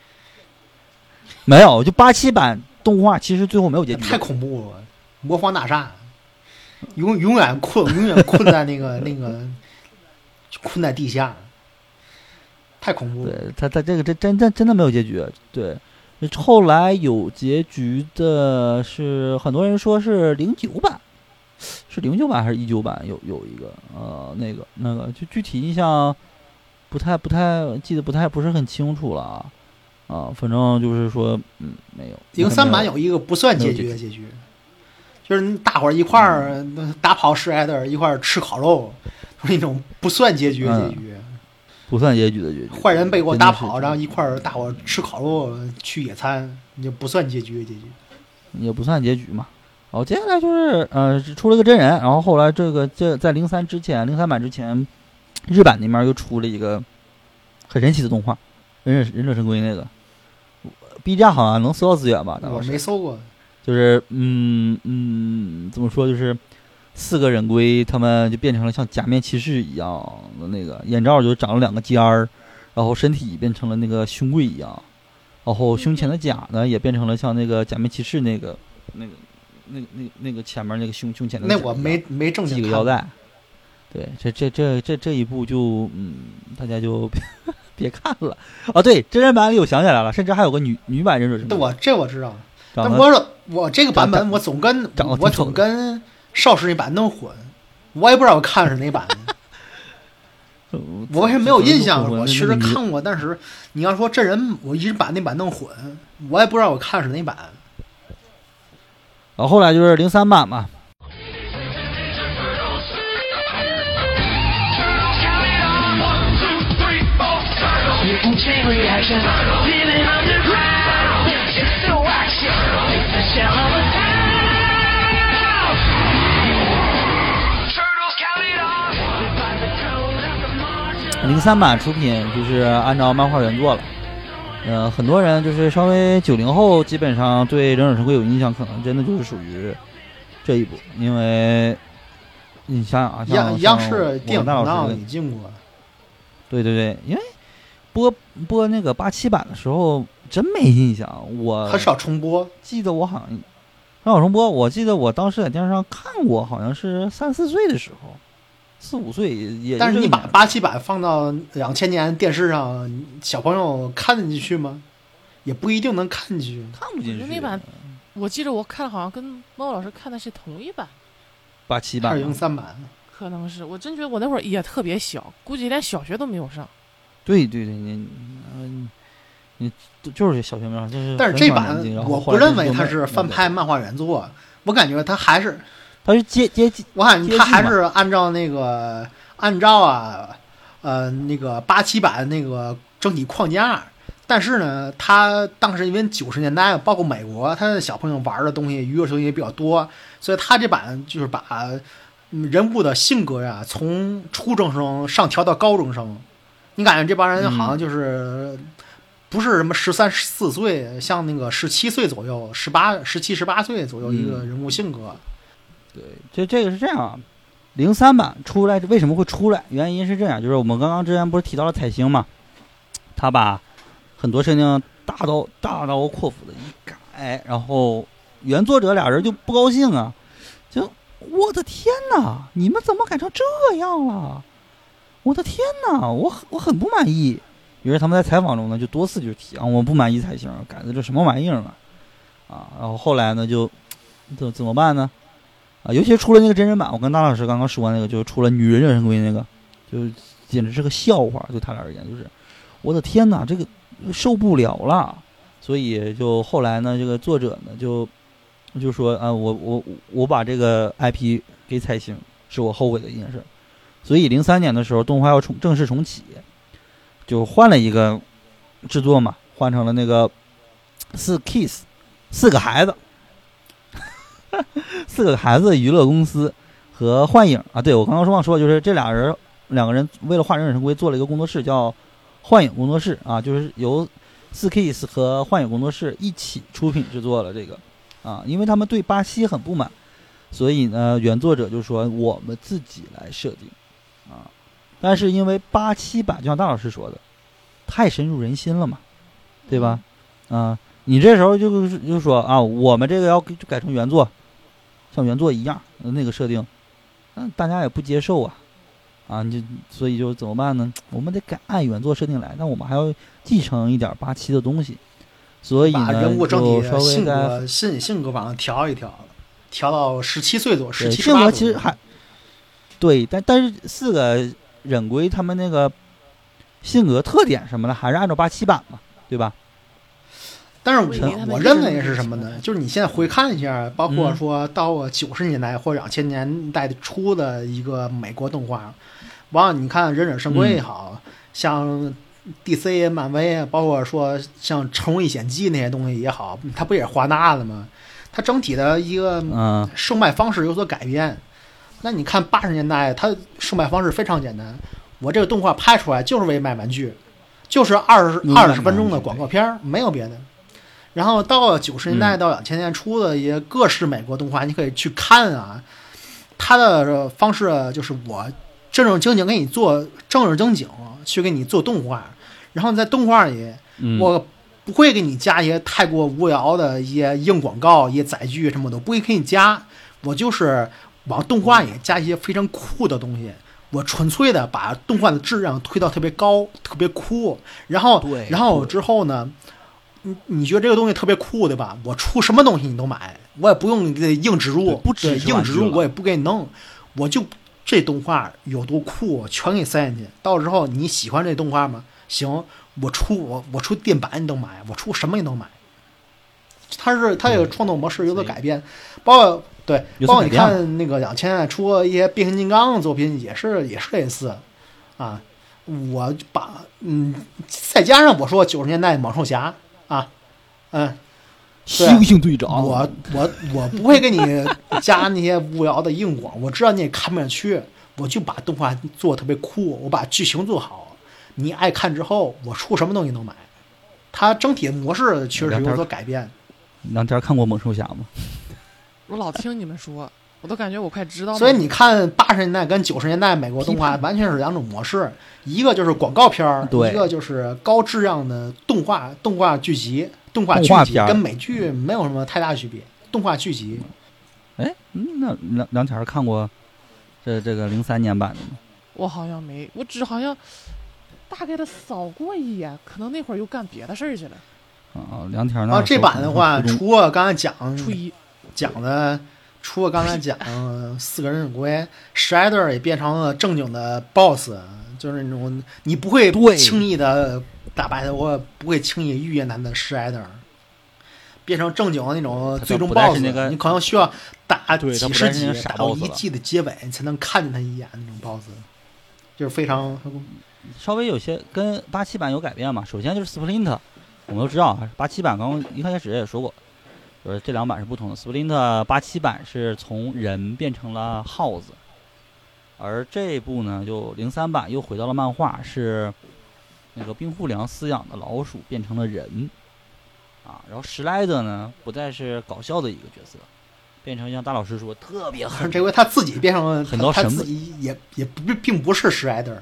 没有，就87版动画其实最后没有结局。 太恐怖了，魔方大厦，永远困在那个困在地下，太恐怖了。 对，他这个真的没有结局。对。后来有结局的是，很多人说是09版，是09版还是19版？有一个那个就具体印象不太记得不是很清楚了啊，反正就是说没有。 03版有一个不算结局的结局，就是大伙儿一块儿打跑史莱德一块儿吃烤肉，那种不算结局的结局。 不算结局的结局， 坏人被我打跑，然后一块儿大伙吃烤肉去野餐，你就不算结局的结局， 也不算结局嘛。好，接下来就是出了个真人，然后后来这在03版之前，日版那边又出了一个很神奇的动画，忍者神龟那个 ，B 站好像能搜到资源吧？ 我没搜过， 就是怎么说就是。4个忍龟，他们就变成了像假面骑士一样的那个眼罩，就长了2个尖儿，然后身体变成了那个胸柜一样，然后胸前的甲呢也变成了像那个假面骑士那个前面那个胸前的。 那我没正经系个腰带。对，这一部就大家就别看了啊！对，真人版里我想起来了，甚至还有个女版忍者神龟。 我知道，但我这个版本我总跟。邵氏那版弄混，我也不知道我看的是哪版的，我也没有印象。我确实看过，但是你要说真人，我一直把那版弄混，我也不知道我看的是哪版。 然后后来就是03版嘛。03版出品就是按照漫画原作了，很多人就是稍微90后，基本上对忍者神龟有印象，可能真的就是属于这一部，因为你想想啊，像央视电影频道也进过， 对，因为播那个87版的时候真没印象，我很少重播， 记得我好像很少重播，我记得我当时在电视上看过，好像是3、4岁的时候。4、5岁也， 但是你把87版放到2000年电视上，小朋友看得进去吗？也不一定能看进去， 看不进去。 那版我记得我看好像跟猫老师看的是同一版 ，87版、 03版， 可能是。我真觉得我那会儿也特别小，估计连小学都没有上。 对，你就是小学没上，就是。 但是这版我不认为它是翻拍漫画原作，我感觉它还是。 它是接， 我感觉它还是按照那个那个87版那个整体框架，但是呢，它当时因为90年代，包括美国，他的小朋友玩的东西、娱乐东西也比较多，所以他这版就是把人物的性格呀，从初中生上调到高中生。你感觉这帮人好像就是不是什么13、14岁，像那个17岁左右、17、18岁左右一个人物性格。 对，这个是这样啊。03版出来为什么会出来？原因是这样，就是我们刚刚之前不是提到了彩星嘛，他把很多设定大刀阔斧的一改，然后原作者俩人就不高兴啊，就我的天哪，你们怎么改成这样了？我的天哪，我很不满意。于是他们在采访中呢就多次就提啊，我不满意彩星改的这什么玩意儿嘛啊，然后后来呢就怎么办呢？ 啊，尤其是出了那个真人版，我跟大老师刚刚说那个，就是出了女忍者神龟那个，就简直是个笑话，对他俩而言，就是我的天哪，这个受不了了。所以就后来呢，这个作者呢就说啊，我把这个 IP 给彩星，是我后悔的一件事。所以03年的时候，动画要正式重启，就换了一个制作嘛，换成了那个4Kids 4个孩子4个孩子娱乐公司和幻影啊，对，我刚刚忘说，就是这两个人为了画忍者神龟做了一个工作室，叫幻影工作室啊，就是由4Kids和幻影工作室一起出品制作了这个啊，因为他们对巴西很不满，所以呢，原作者就说我们自己来设定啊，但是因为87版就像大老师说的，太深入人心了嘛，对吧？啊，你这时候就说啊，我们这个要改成原作，像原作一样那个设定，大家也不接受啊。啊，所以就怎么办呢？我们得按原作设定来，但我们还要继承一点87的东西，所以呢， 把人物整体就稍微性格往上调一调，调到17岁左右，17、18 性格其实还对，但是4个忍龟他们那个性格特点什么的，还是按照87版嘛，对吧？ 但是我认为是什么呢？就是你现在回看一下，包括说到90年代或者2000年代初的一个美国动画，完了你看忍者神龟也好，像 DC 漫威，包括说像《宠物历险记》那些东西也好，它不也是华纳的吗？它整体的一个售卖方式有所改变。那你看80年代，它售卖方式非常简单，我这个动画拍出来就是为卖玩具，就是20分钟的广告片，没有别的。然后到90年代到2000年初的一些各式美国动画，你可以去看啊，它的方式就是我正正经经给你做正儿正经去给你做动画，然后在动画里，我不会给你加一些太过无聊的一些硬广告、一些载具什么的，不会给你加，我就是往动画里加一些非常酷的东西。我纯粹的把动画的质量推到特别高、特别酷，然后之后呢？你觉得这个东西特别酷对吧？我出什么东西你都买，我也不用硬植入， 不止硬植入我也不给你弄，我就这动画有多酷全给你塞进去。到时候你喜欢这动画吗？行，我出电板你都买，我出什么你都买。它这个创作模式有所改变，包括你看那个2000年出了一些变形金刚的作品也是类似啊。我把再加上我说90年代猛兽侠啊， 猩猩队长， 我不会给你加那些无聊的硬广，我知道你也看不下去，我就把动画做得特别酷，我把剧情做好，你爱看之后，我出什么东西都买。它整体模式确实有所改变。 梁天看过猛兽侠吗？ 我老听你们说，我都感觉我快知道了。 所以你看80年代跟90年代美国动画完全是两种模式，一个就是广告片，一个就是高质量的动画剧集。动画剧集跟美剧没有什么太大区别，动画剧集。 哎，那梁天看过这个03年版的吗？ 我好像没，我只好像大概的扫过一眼，可能那会儿又干别的事儿去了。 梁天那这版的话，除了刚才讲的，除了刚才讲4个人忍龟 ，Shredder 也变成了正经的 BOSS， 就是那种你不会轻易的打败他，我不会轻易遇见他的 Shredder， 变成正经的那种最终 BOSS，你可能需要打几十集，打到一季的结尾，你才能看见他一眼那种 BOSS， 就是非常稍微有些跟87版有改变嘛。首先就是 Splinter， 我们都知道87版刚刚一开始也说过。就是这两版是不同的 ，Splinter 87版是从人变成了耗子，而这一部呢，就03版又回到了漫画，是那个冰户良饲养的老鼠变成了人，啊，然后史莱德呢不再是搞笑的一个角色，变成像大老师说特别狠， 这回他自己变成了很到他自己也并不是史莱德，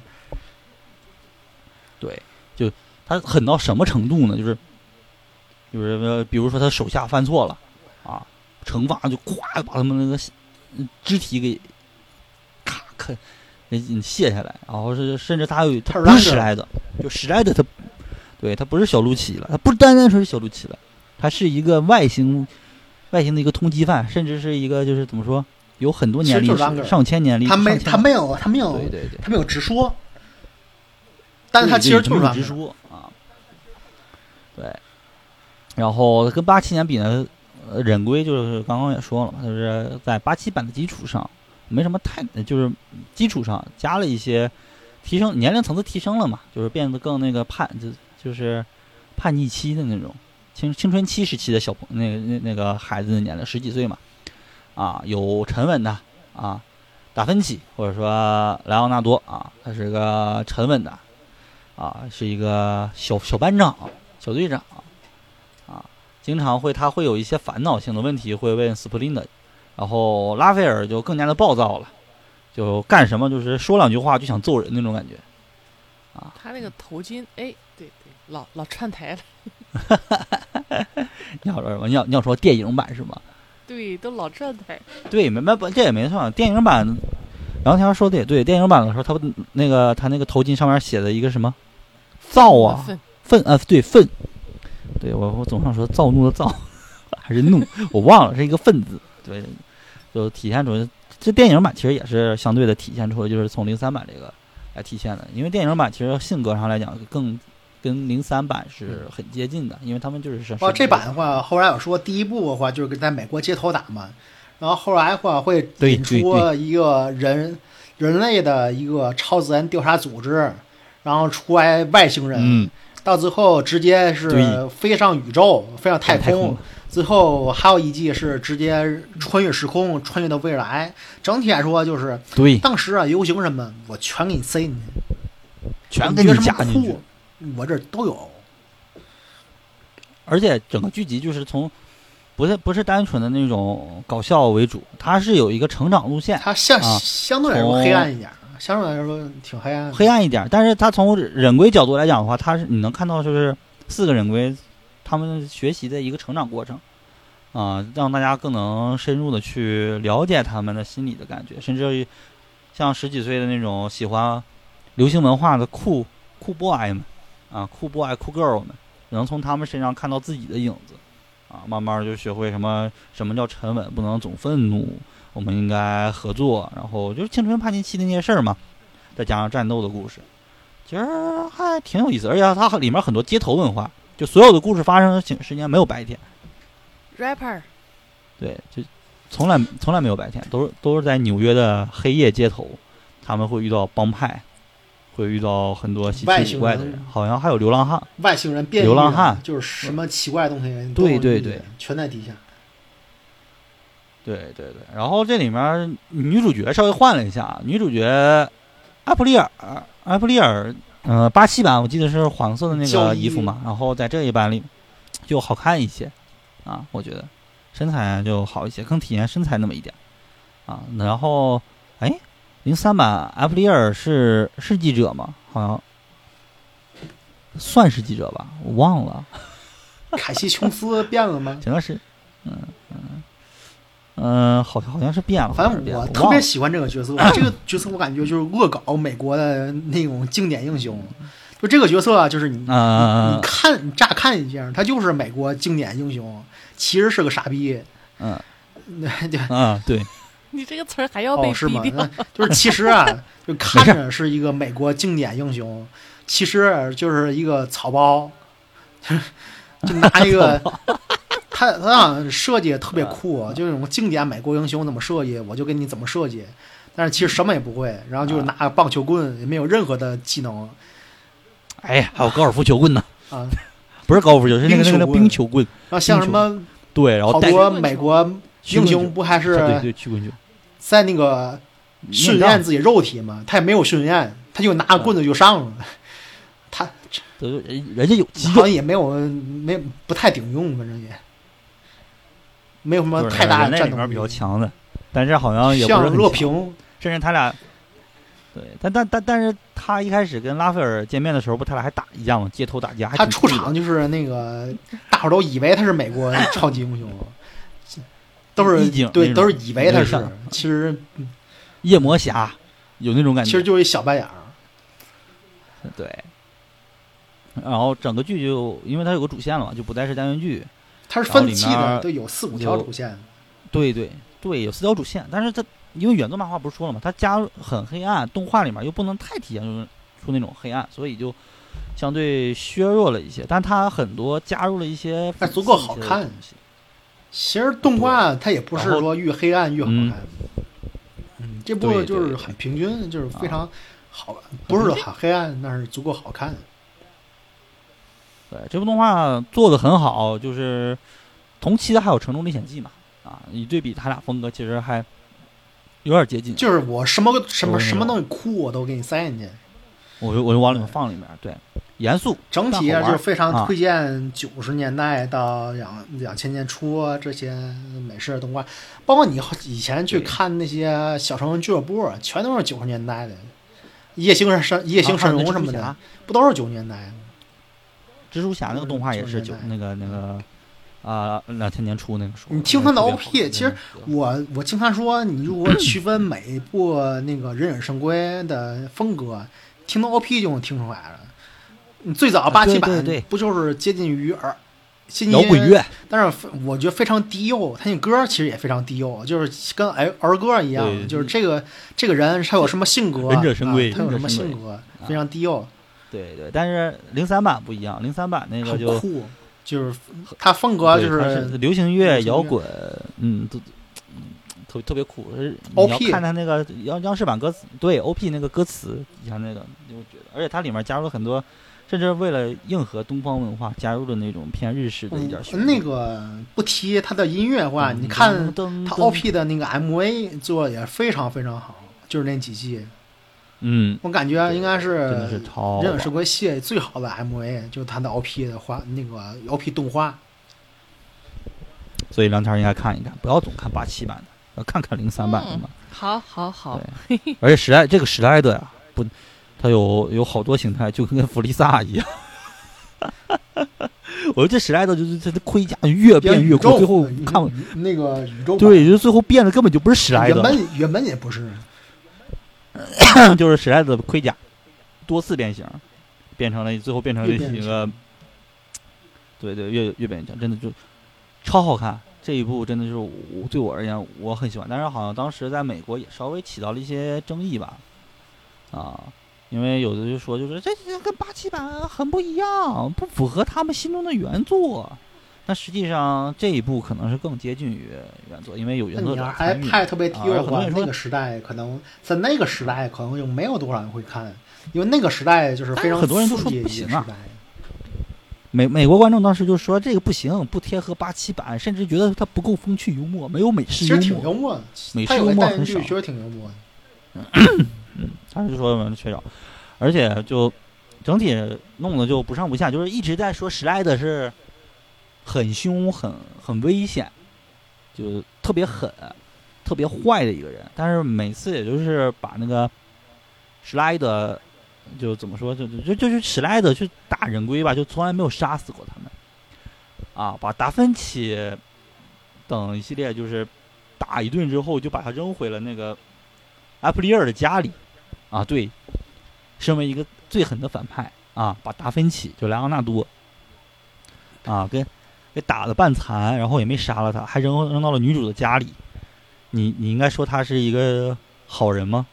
对，就他狠到什么程度呢？就是比如说他手下犯错了啊，惩罚就咵把他们那个肢体给咔给卸下来，然后甚至他不是史莱德，就史莱德他不是小陆奇了，他不单单说是小陆奇了，他是一个外形的一个通缉犯，甚至是一个就是怎么说有很多年历史，上千年历史。 他没有， 对对对， 他没有直说，但是他其实就是直说啊。对，然后跟87年比呢，忍龟就是刚刚也说了嘛，就是在87版的基础上，没什么太，就是基础上加了一些提升，年龄层次提升了嘛，就是变得更那个就是叛逆期的那种青春期时期的小朋那个孩子的年龄10几岁嘛，啊，有沉稳的啊，达芬奇或者说莱昂纳多啊，他是个沉稳的啊，是一个小班长、小队长啊，经常他会有一些烦恼性的问题会问斯普林的，然后拉斐尔就更加的暴躁了，就干什么就是说两句话就想揍人那种感觉啊。 他那个头巾，哎，对，老串台了。 你要说什么？你要说电影版是吗？ 对，都老串台。 对，这也没错。电影版，然后他说的也对，电影版的时候，他那个头巾上面写的一个什么躁啊，愤啊，对愤，对我总想说躁怒的躁，还是怒，我忘了是一个愤字。对，就体现出这电影版其实也是相对的体现出来，就是从03版这个来体现的，因为电影版其实性格上来讲更跟03版是很接近的，因为他们就是这版的话，后来我说第一部的话就是在美国街头打嘛，然后后来的话会引出一个人类的一个超自然调查组织，然后出来外星人，到最后直接是飞上宇宙，飞上太空。最后还有一季是直接穿越时空，穿越到未来。整体来说就是， 对， 当时啊，游行什么我全给你塞进去， 全给你加进去， 我这都有。 而且整个剧集就是从不是单纯的那种搞笑为主，它是有一个成长路线。 它相对来说黑暗一点，相对来说挺黑暗一点。但是它从忍龟角度来讲的话，你能看到就是4个忍龟他们学习的一个成长过程。让大家更能深入的去了解他们的心理的感觉，甚至像10几岁的那种喜欢流行文化的酷 boy 们酷 boy 酷 girl 们，能从他们身上看到自己的影子慢慢就学会什么叫沉稳，不能总愤怒，我们应该合作，然后就是青春叛逆期的那些事儿嘛，再加上战斗的故事，其实还挺有意思。而且它里面很多街头文化，就所有的故事发生的时间没有白天。 rapper， 对，就从来没有白天，都是在纽约的黑夜街头，他们会遇到帮派，会遇到很多稀奇古怪的人，好像还有流浪汉， 外星人变异， 流浪汉就是什么奇怪的东西， 对， 全在底下。 对，然后这里面女主角稍微换了一下，女主角埃普利尔，87版我记得是黄色的那个衣服嘛，然后在这一版里就好看一些。我觉得身材就好一些，更体现身材那么一点然后03版埃普利尔是记者吗？好像算是记者吧，我忘了。 凯西琼斯变了吗？ 应该是好像是变了。 反正我特别喜欢这个角色，这个角色我感觉就是恶搞美国的那种经典英雄。就这个角色就是你乍看一下，他就是美国经典英雄，其实是个傻逼。 对。 你这个词儿还要被毙掉？ 就是其实就看着是一个美国经典英雄，其实就是一个草包，就拿一个他好像设计特别酷，就这种经典美国英雄怎么设计，我就给你怎么设计。但是其实什么也不会，然后就是拿个棒球棍，也没有任何的技能。 还有高尔夫球棍呢不是高尔夫球，是那个冰球棍。 然后像什么对，然后好多美国英雄不还是对曲棍球在那个训练自己肉体嘛？他也没有训练，他就拿个棍子就上了。他人家有肌肉， 好像也没不太顶用，反正也没有什么太大的战斗力。 比较强的，但是好像也不是很像乐平， 甚至他俩。对，但是他一开始跟拉斐尔见面的时候，他俩还打一架嘛，街头打架。 他出场就是那个大伙都以为他是美国超级英雄，都是以为他是，其实夜魔侠有那种感觉， 其实就是一小白眼儿。 对，然后整个剧就因为它有个主线了嘛，就不再是单元剧， 它是分期的，都有4-5条主线。 对， 对，有4条主线，但是它因为原作漫画不是说了吗？它加入很黑暗，动画里面又不能太体现出那种黑暗，所以就相对削弱了一些。但它很多加入了一些足够好看。其实动画它也不是说越黑暗越好看。这部就是很平均，就是非常好，不是很黑暗，但是足够好看。 对，这部动画做的很好，就是同期的还有《城中历险记》嘛，你对比他俩风格其实还有点接近。 就是我什么东西酷我都给你塞进去， 我就往里面放里面，对，严肃。 整体就是非常推荐90年代到2000年初这些美式动画，包括你以前去看那些小城俱乐部，全都是90年代的，夜行神龙什么的，不都是90年代？ 蜘蛛侠那个动画也是那个2000年初那个时候。 你听他的 OP， 其实我经常说，你如果区分每一部那个忍者神龟的风格，听到 OP 就能听出来了。你最早87版不就是接近于摇滚乐， 但是我觉得非常低幼，他那歌其实也非常低幼，就是跟儿歌一样，就是这个人他有什么性格， 忍者神龟他有什么性格，非常低幼。 对，但是03版不一样，03版那个就酷，就是他风格就是流行乐、摇滚，都特别酷。你要看他那个央视版歌词，对 OP 那个歌词，你看那个，你就觉得，而且它里面加入了很多，甚至为了迎合东方文化，加入了那种偏日式的一点旋律。 那个不提他的音乐的话，你看他 OP 的那个 MV 做也非常非常好，就是那几季。我感觉应该是忍者神龟系列最好的 MV， 就是他的 OP 的那个 OP 动画。 所以梁天应该看一看，不要总看87版的，要看看03版的嘛。 好。 而且这个时代的呀，不，它有好多形态，就跟弗利萨一样。我觉得这时代的就是它的盔甲越变越酷，最后看那个宇宙， 对，就最后变得根本就不是史莱德， 原本也不是。 就是史莱德的盔甲多次变形，最后变成了一个，对，越变形，真的就超好看。这一部真的就是对我而言我很喜欢，但是好像当时在美国也稍微起到了一些争议吧，因为有的就说就是这跟87版很不一样，不符合他们心中的原作。但实际上这一部可能是更接近于原作，因为有原作者参与。 你还拍特别低的话，那个时代可能在那个时代可能就没有多少人会看，因为那个时代就是非常很多人都说不行啊。美国观众当时就说这个不行，不贴合87版，甚至觉得它不够风趣幽默，没有美式幽默。 其实挺幽默的， 美式幽默很少， 确实挺幽默的。 他是说缺少，而且就整体弄得就不上不下，就是一直在说史莱德是很凶很危险，就特别狠特别坏的一个人，但是每次也就是把那个史莱德就怎么说就是史莱德去打人龟吧，就从来没有杀死过他们把达芬奇等一系列就是打一顿之后就把他扔回了那个埃普利尔的家里对，身为一个最狠的反派把达芬奇就莱昂纳多给打了半残，然后也没杀了他，还扔到了女主的家里。你应该说他是一个好人吗？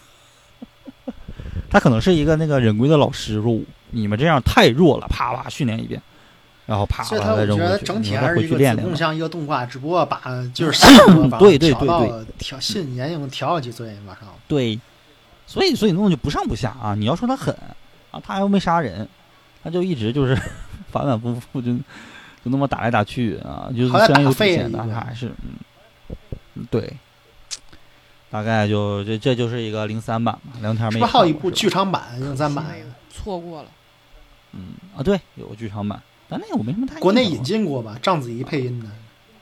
他可能是一个那个忍龟的老师傅，你们这样太弱了，啪啪训练一遍，然后啪把他扔回去。我觉得整体还是一个子供像一个动画，只不过把就是对信年龄调了几岁马上。 对，所以弄就不上不下你要说他狠他又没杀人，他就一直就是反反复复就那么打来打去就是虽然有主线，但他还是对，大概就这就是一个03版嘛。梁天没看过。是不是还有一部剧场版03版？ 错过了。 对，有个剧场版，但那个我没什么太。 国内引进过吧？章子怡配音的。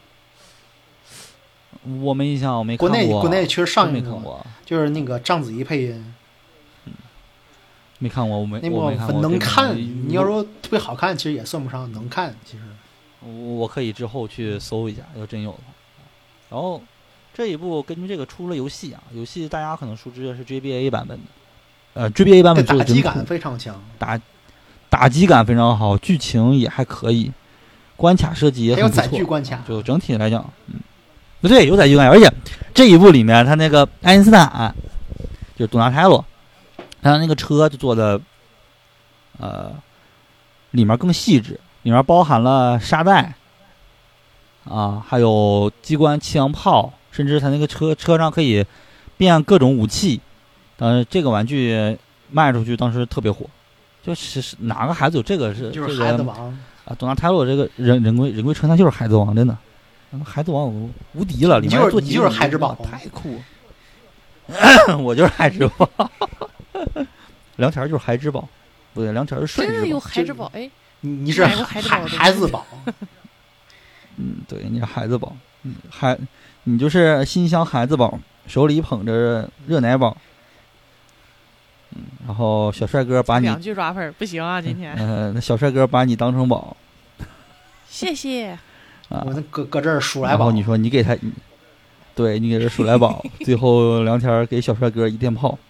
我没印象，我没看过。 国内确实上映过， 就是那个章子怡配音。 没看过，我没看过。 能看，你要说特别好看，其实也算不上能看。其实我可以之后去搜一下，要真有的话。然后这一部根据这个出了游戏游戏大家可能熟知的是 GBA 版本的，GBA 版本打击感非常强， 打击感非常好，剧情也还可以，关卡设计也很不错， 还有载具关卡， 就整体来讲， 对，有载具概念，而且这一部里面他那个爱因斯坦就是多纳泰罗，他那个车就做的里面更细致，里面包含了沙袋啊，还有机关气象炮，甚至他那个车上可以变各种武器。当时这个玩具卖出去当时特别火，就是哪个孩子有这个就是孩子王啊，多纳泰罗这个人龟车那就是孩子王，真的，孩子王无敌了，里面你就是孩之宝， 太酷我就是孩之宝梁田就是孩之宝，不对，梁田是帅之宝， 真的有孩之宝，哎， 你是孩子宝对，你是孩子宝，你就是心香孩子宝，手里捧着热奶宝。然后小帅哥把你 2句抓分不行啊，今天那小帅哥把你当成宝， 谢谢啊，我搁这儿数来宝， 然后你说你给他，对你给这数来宝，最后梁天给小帅哥一电炮，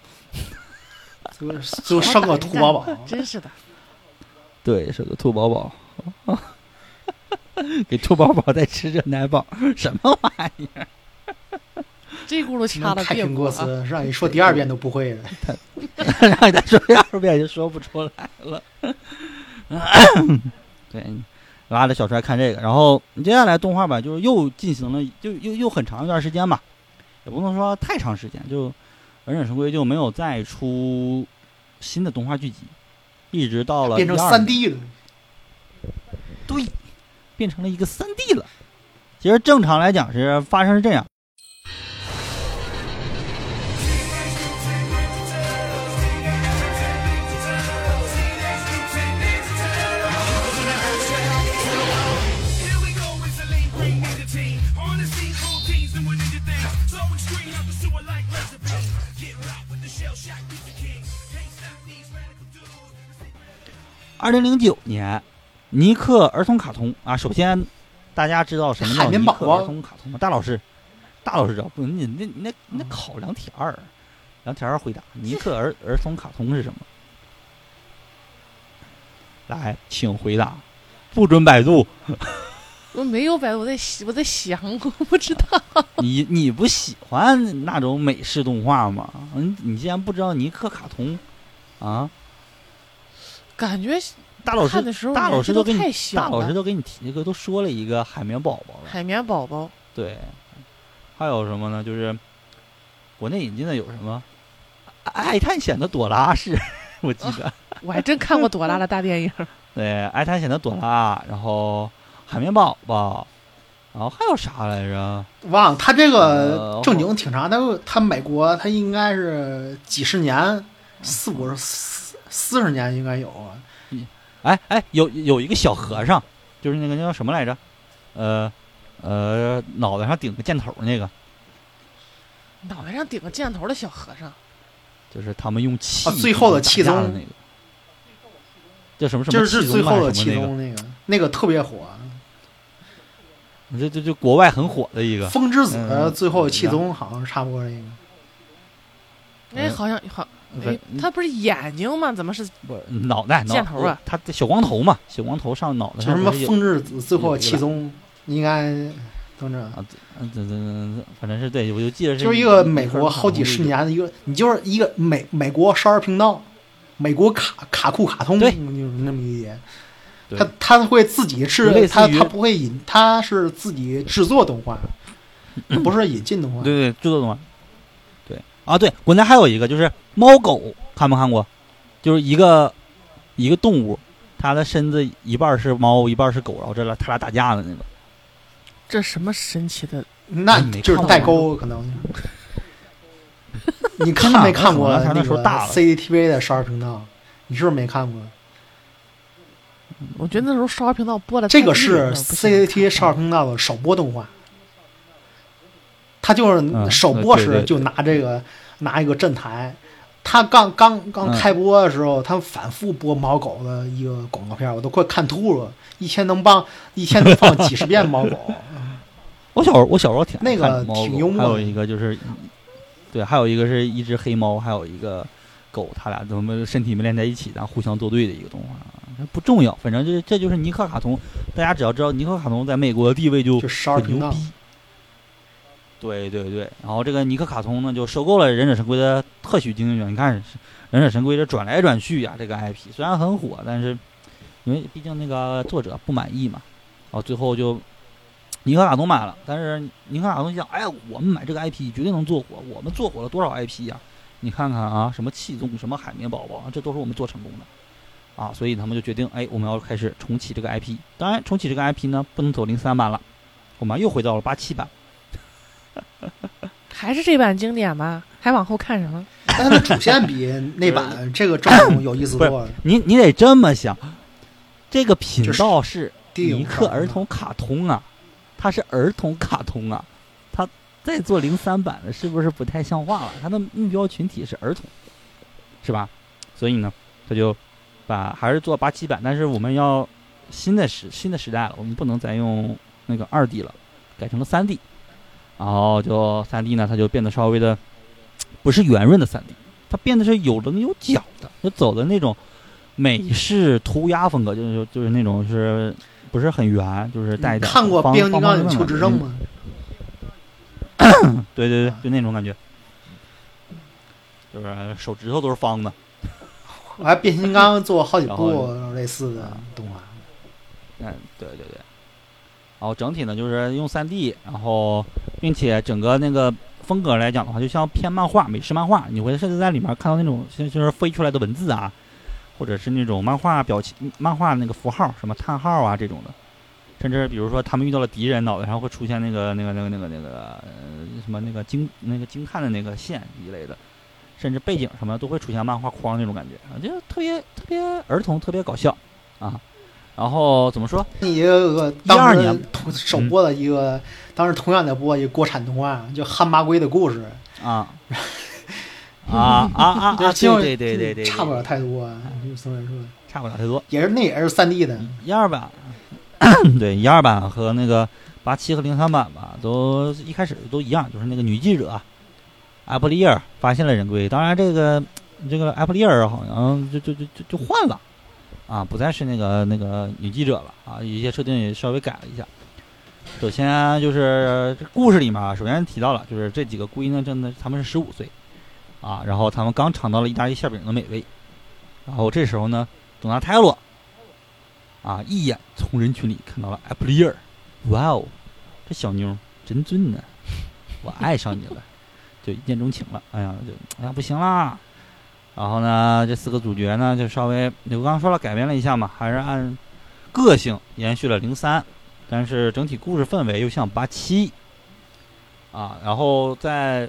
就剩个兔宝宝， 真是的， 对，是个兔宝宝，给兔宝宝再吃热奶宝，什么玩意儿？ 这轱辘掐的太平歌词，让你说第2遍都不会了， 让你再说第2遍就说不出来了。对，拉着小帅看这个，然后接下来动画版就是又进行了又很长一段时间吧，也不能说太长时间，就忍者神龟就没有再出新的动画剧集，一直到了变成3D 了。 对，变成了一个3D 了。其实正常来讲是发生是这样。2009年，尼克儿童卡通啊，首先大家知道什么叫尼克儿童卡通吗？大老师知道不？你那考梁田儿回答尼克儿童卡通是什么？来，请回答，不准百度。 我没有百度，我在想，我不知道。 你不喜欢那种美式动画吗？你竟然不知道尼克卡通啊？ 感觉大老师都给你提都说了一个海绵宝宝了。 海绵宝宝， 对，还有什么呢？就是国内引进的有什么？爱探险的朵拉是，我记得、 我还真看过朵拉的大电影。 对，爱探险的朵拉，然后海绵宝宝，然后还有啥来着？ 忘了，他这个正经挺长，他美国他应该是几十年40年应该有啊。 有一个小和尚，就是那个叫什么来着？脑袋上顶个箭头那个。 脑袋上顶个箭头的小和尚， 就是他们用气、 最后的气宗那个，叫什么？ 就是最后的气宗那个特别火。 这国外很火的一个风之子最后气宗好像是差不多这个。 好像他不是眼睛吗？怎么是不是脑袋箭头啊？ 他小光头嘛，小光头上脑袋上。 什么风之子最后气宗应该都这啊？ 反正是对，我就记得是。 就是一个美国好几十年的一个，你就是一个美国12频道，美国卡酷卡通，就是那么一点。他会自己是他不会他是自己制作动画，不是引进动画。 对，制作动画。对啊，对，国内还有一个就是猫狗，看没看过？就是一个动物，它的身子一半是猫，一半是狗，然后他俩打架的那个。 这什么神奇的？ 那就是代沟可能。你看没看过那个 CCTV 的12频道？你是不是没看过？ 我觉得那时候12频道播的这个是 CCTV 12频道的首播动画，他就是首播时就拿一个镇台，他刚开播的时候，他反复播猫狗的一个广告片，我都快看吐了，一天能放几十遍猫狗。 我小时候挺那个挺幽默， 还有一个就是对，还有一个是一只黑猫，还有一个狗，他俩怎么身体没连在一起，然后互相作对的一个动画。不重要，反正这就是尼克卡通，大家只要知道尼克卡通在美国的地位就很牛逼。 对对对，然后这个尼克卡通呢就收购了忍者神龟的特许经营权。你看忍者神龟这转来转去呀，这个 IP 虽然很火，但是因为毕竟那个作者不满意嘛，然后最后就尼克卡通买了。但是尼克卡通想，哎呀，我们买这个 IP 绝对能做火，我们做火了多少 IP 呀？你看看啊，什么气动，什么海绵宝宝，这都是我们做成功的啊，所以他们就决定，哎，我们要开始重启这个 IP。当然，重启这个 IP 呢，不能走03版了，我们又回到了87版。 还是这版经典吧？还往后看什么？ 但它的主线比那版这个正统有意思多了。 你得这么想，这个频道是尼克儿童卡通啊，它是儿童卡通啊，它再做03版的，是不是不太像话了？它的目标群体是儿童，是吧？所以呢，他就还是做87版，但是我们要新的时代了，我们不能再用那个2D 了，改成了3D。然后就3D 呢，它就变得稍微的不是圆润的3D， 它变得是有棱有角的，就走的那种美式涂鸦风格，就是那种是不是很圆，就是带一点。 看过《变形金刚》里求执政吗？ 对对对，就那种感觉，就是手指头都是方的。 我还变形金刚做好几部类似的动画。 对对对。然后整体呢就是用3D， 然后并且整个那个风格来讲的话，就像偏漫画、美式漫画，你会甚至在里面看到那种就是飞出来的文字啊，或者是那种漫画表情、漫画那个符号，什么叹号啊这种的，甚至比如说他们遇到了敌人，脑袋上会出现那个什么那个惊叹的那个线一类的，甚至背景什么都会出现漫画框那种感觉，就特别儿童，特别搞笑啊。然后怎么说？ 一个当时首播的一个，当时同样在播一个国产动画，叫《汉麻龟的故事》 啊对， 差不了太多，就所以说差不了太多， 也是3D 的 12版，对12版和那个87和03版吧，都一开始都一样，就是那个女记者埃普利尔发现了人龟，当然这个埃普利尔好像就换了。啊，不再是那个女记者了啊，一些设定也稍微改了一下。首先就是这故事里面，首先提到了，就是这几个龟呢，真的他们是15岁，啊，然后他们刚尝到了意大利馅饼的美味，然后这时候呢，董纳泰罗，啊，一眼从人群里看到了埃普利尔，哇哦，这小妞真俊呢，我爱上你了，就一见钟情了，哎呀不行啦。然后呢，这4个主角呢，就稍微我刚刚说了改编了一下嘛，还是按个性延续了03，但是整体故事氛围又像87啊。然后在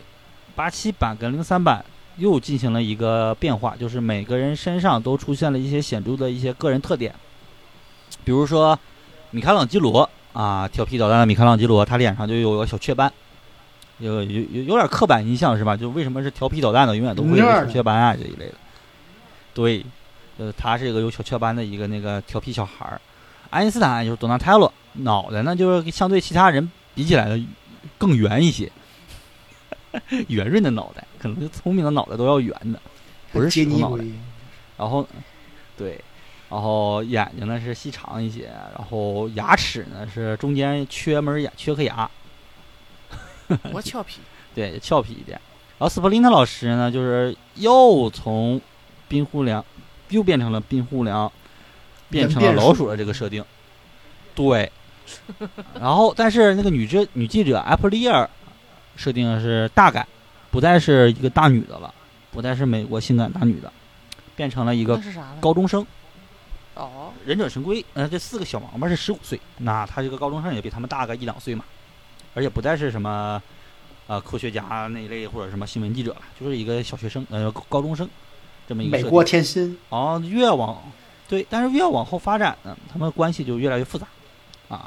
87版跟03版又进行了一个变化，就是每个人身上都出现了一些显著的一些个人特点，比如说米开朗基罗啊，调皮捣蛋的米开朗基罗，他脸上就有个小雀斑。有点刻板印象是吧？就为什么是调皮捣蛋的，永远都会有小雀斑啊这一类的。对，他是一个有小雀斑的一个那个调皮小孩儿。爱因斯坦就是董纳泰罗，脑袋呢就是相对其他人比起来的更圆一些，圆润的脑袋，可能聪明的脑袋都要圆的，不是石头脑袋。然后，对，然后眼睛呢是细长一些，然后牙齿呢是中间缺门牙，缺颗牙。 我俏皮， 对，俏皮一点。然后斯普林特老师呢，就是又从冰户良又变成了冰户良，变成了老鼠的这个设定。对，然后但是那个女记者埃普利尔设定是大改，不再是一个大女的了，不再是美国性感大女的，变成了一个高中生。 哦， 忍者神龟，这4个小王八是15岁，那他这个高中生也比他们大个1-2岁嘛。而且不再是什么，科学家那一类或者什么新闻记者了，就是一个小学生，高中生，这么一个美国甜心。 哦，对，但是越往后发展呢，他们关系就越来越复杂，啊，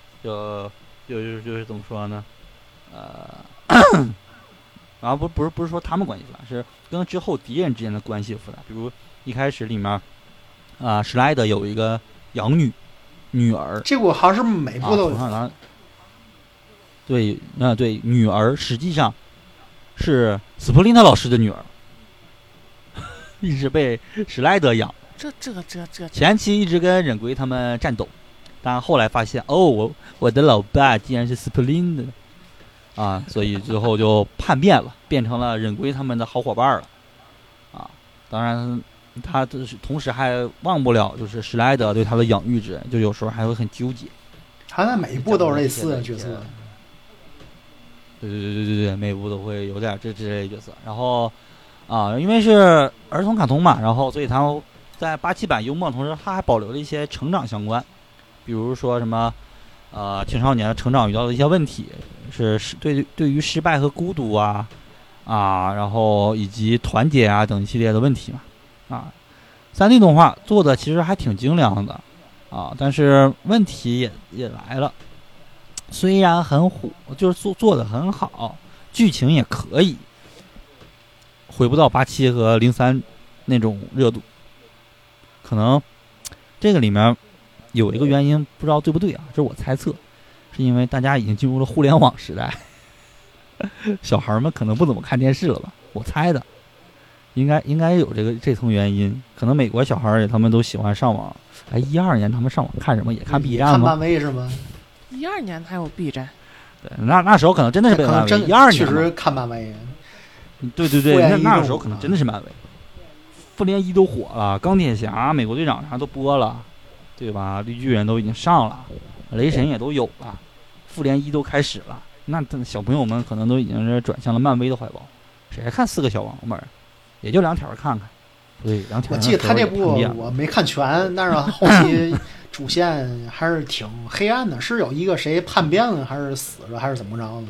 就是怎么说呢？然后不是说他们关系复杂，是跟之后敌人之间的关系复杂。比如一开始里面，史莱德有一个养女儿， 这个好像是每部都有。 对，对，女儿实际上是斯普林特老师的女儿，一直被史莱德养。 这前期一直跟忍龟他们战斗，但后来发现，哦，我的老爸竟然是斯普林的， 啊，所以最后就叛变了，变成了忍龟他们的好伙伴了啊。当然，他同时还忘不了就是史莱德对他的养育之恩，就有时候还会很纠结。 他在每一部都是类似的角色。 对，每一部都会有点这类角色。然后啊，因为是儿童卡通嘛，然后所以他在87版幽默的同时，他还保留了一些成长相关，比如说什么青少年的成长遇到的一些问题，是对于失败和孤独啊，然后以及团结啊等一系列的问题嘛。3D 动画做的其实还挺精良的但是问题也来了。虽然很火，就是做的很好，剧情也可以，回不到87和03那种热度。可能这个里面有一个原因，不知道对不对啊，这是我猜测，是因为大家已经进入了互联网时代，小孩们可能不怎么看电视了吧，我猜的。应该有这层原因，可能美国小孩他们都喜欢上网。12年他们上网看什么？也看 B 站吗？ 看漫威是吗 ？12年还有 B 站？ 对，那时候可能真的是被漫威。12年确实看漫威。 对，那时候可能真的是漫威。复联1都火了，钢铁侠、美国队长啥都播了，对吧？绿巨人都已经上了，雷神也都有了，复联1都开始了。那小朋友们可能都已经是转向了漫威的怀抱。谁还看4个小王八？也就2条看看，对，2条。 我记得他这部我没看全，但是后期主线还是挺黑暗的，是有一个谁叛变了，还是死了，还是怎么着的？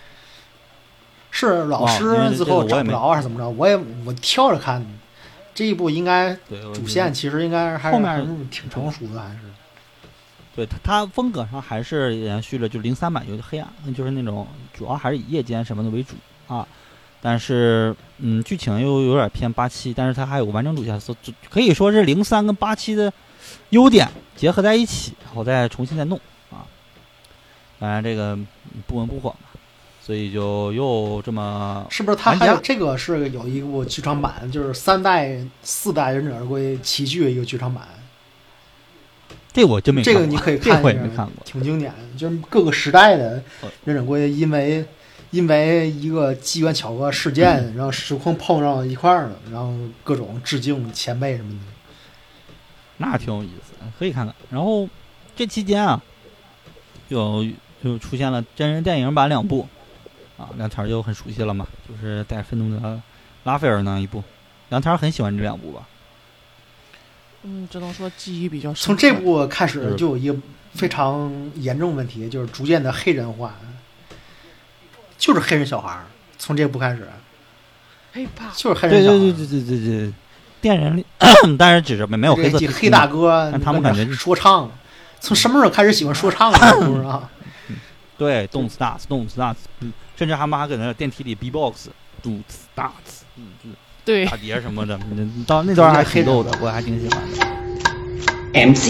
是老师最后找不着还是怎么着？我挑着看，这一部应该主线其实应该还是后面挺成熟的，还是。 对他风格上还是延续了，就03版有点黑暗，就是那种主要还是以夜间什么的为主但是剧情又有点偏87，但是它还有个完整主线，可以说是03跟87的优点结合在一起，然后再重新再弄当然这个不温不火嘛，所以就又这么是不是？它还有这个是有一部剧场版，就是3代4代忍者神龟齐聚的一个剧场版。 这我真没看过， 这个你可以看一下， 这我也没看过， 挺经典的，就是各个时代的忍者龟因为一个机缘巧合事件，然后时空碰上一块儿了，然后各种致敬前辈什么的， 那挺有意思，可以看看。然后这期间就出现了真人电影版2部梁天就很熟悉了嘛，就是带愤怒的拉斐尔那一部，梁天很喜欢这2部吧？ 只能说记忆比较深。 从这部开始就有一个非常严重问题，就是逐渐的黑人化。就是黑人小孩，从这部开始，就是黑人小孩。 对，电人里，但是只是没有黑色黑大哥， 但他们感觉说唱，从什么时候开始喜欢说唱了？不知道。 对，动次打次，甚至他们还搁那电梯里 B-box， 动次打次， 对， 打碟什么的，到那段还挺逗的，我还挺喜欢的。 MC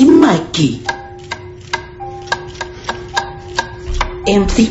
Mikey。MC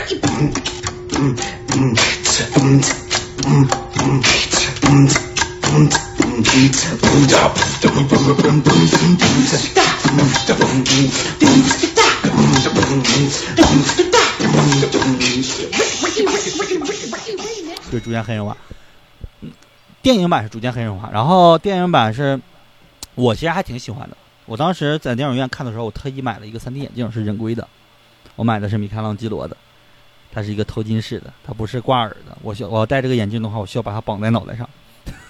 是逐渐黑人化，电影版是逐渐黑人化，然后电影版是我其实还挺喜欢的。我当时在电影院看的时候，我特意买了一个 3D 眼镜，是忍龟的，我买的是米开朗基罗的，它是一个头巾式的，它不是挂耳的。我要戴这个眼镜的话，我需要把它绑在脑袋上，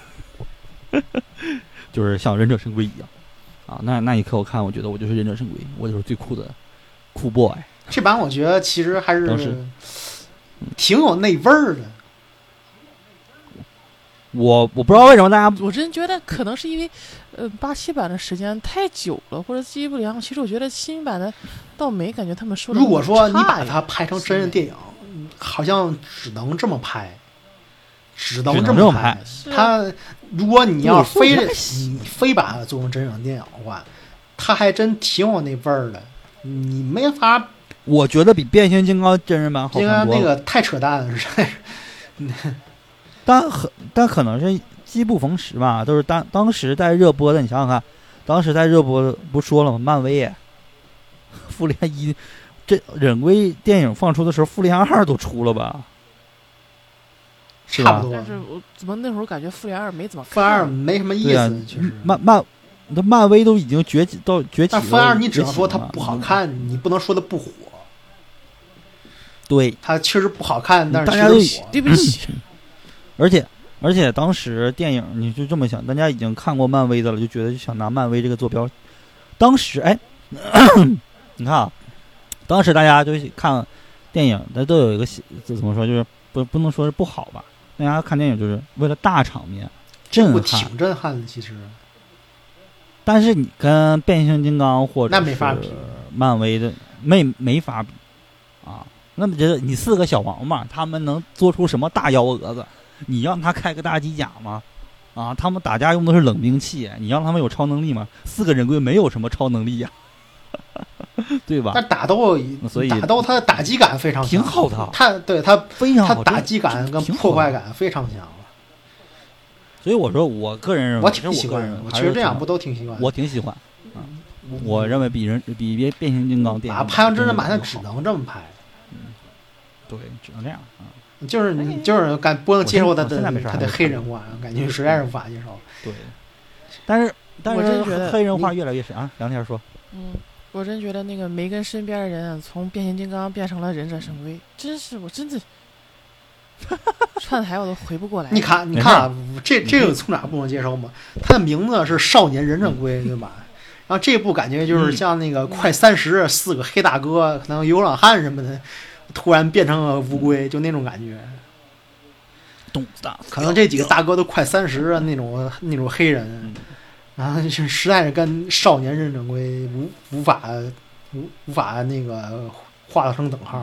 就是像忍者神龟一样那一刻我看，我觉得我就是忍者神龟，我就是最酷的酷 boy。 这版我觉得其实还是挺有那味儿的。 我不知道为什么大家， 我真觉得可能是因为87版的时间太久了，或者记忆不良。其实我觉得新版的倒没感觉他们说的。 如果说你把它拍成真人电影，好像只能这么拍，只能这么拍。它如果你要非把它做成真人电影的话，它还真挺有那味儿的。你没法， 我觉得比变形金刚真人版好看多了。 那个太扯淡了，是。 但可能是机不逢时吧，都是当时在热播的。你想想看，当时在热播不说了吗？漫威复联1 这忍龟电影放出的时候，复联2都出了吧？是吧差不多。 但是我怎么那会儿感觉复联2没怎么复联2 看？ 没什么意对啊思，确实。 漫威都已经崛起到崛起了。 但复联2你只能说它崛起了不好看，你不能说它不火。 对， 它确实不好看，但是大家都确实火。 对不起， 而且当时电影你就这么想，大家已经看过漫威的了，就觉得就想拿漫威这个坐标。当时你看啊，当时大家就看电影，它都有一个怎么说，就是不能说是不好吧？大家看电影就是为了大场面，震我撼。 挺震撼的，其实。 但是你跟变形金刚或者那没法比， 漫威的没法比啊。那么觉得你4个小王嘛，他们能做出什么大幺蛾子？你让他开个大机甲吗？啊，他们打架用的是冷兵器，你让他们有超能力吗？4个忍龟没有什么超能力呀、对吧？ 但打斗所以它的打击感非常强， 挺好的， 它非常好， 它打击感跟破坏感非常强。 所以我说，我个人认为， 我挺喜欢的，我觉得这两部都挺喜欢。 我挺喜欢啊，我认为比变形金刚电影拍完真人版，它只能这么拍。 对，只能这样啊。 就是不能接受他的黑人化，感觉实在是无法接受。 对，但是我真觉得黑人化越来越深啊。梁天说， 我真觉得那个梅根身边的人从变形金刚变成了忍者神龟，我真的串台我都回不过来。 你看啊，这个从哪不能接受吗？他的名字是少年忍者龟，对吧？然后这部感觉就是像那个快30，4个黑大哥，可能流浪汉什么的。突然变成了乌龟，就那种感觉。可能这几个大哥都快30那种黑人，然后实在是跟少年忍者龟无法那个画得成等号。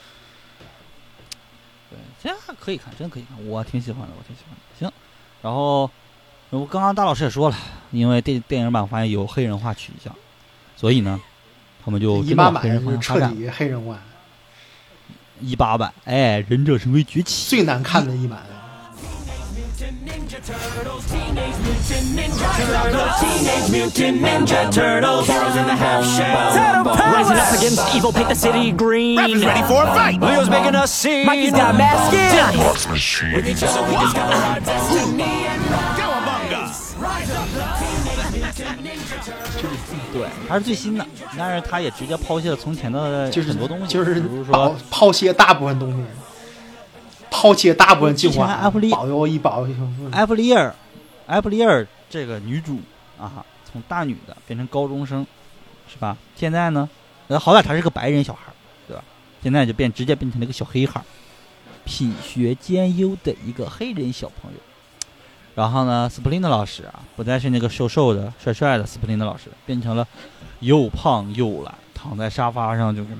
对，这可以看，真可以看，我挺喜欢的，行，然后我刚刚大老师也说了，因为电影版发现有黑人化取向，所以呢，他们就 18版就是彻底黑人化。 18版，哎，忍者神龟崛起最难看的一版。 Teenage Mutant Ninja Turtles, heroes in the half shell. Rising up against evil, paint the city green. Rappers ready for a fight. Leo's making us see. Mikey's got mask in. With each other, we discover our destiny and Cowabunga. 对，它是最新的，但是它也直接抛弃了从前的很多东西， 就是比如说抛弃大部分东西，抛弃大部分进化，保佑一保。 埃弗利尔这个女主啊，从大女的变成高中生，是吧？现在呢，好歹她是个白人小孩，对吧？现在就直接变成了一个小黑孩，品学兼优的一个黑人小朋友。然后呢，斯普林德老师啊，不再是那个瘦瘦的、帅帅的斯普林德老师，变成了又胖又懒，躺在沙发上就跟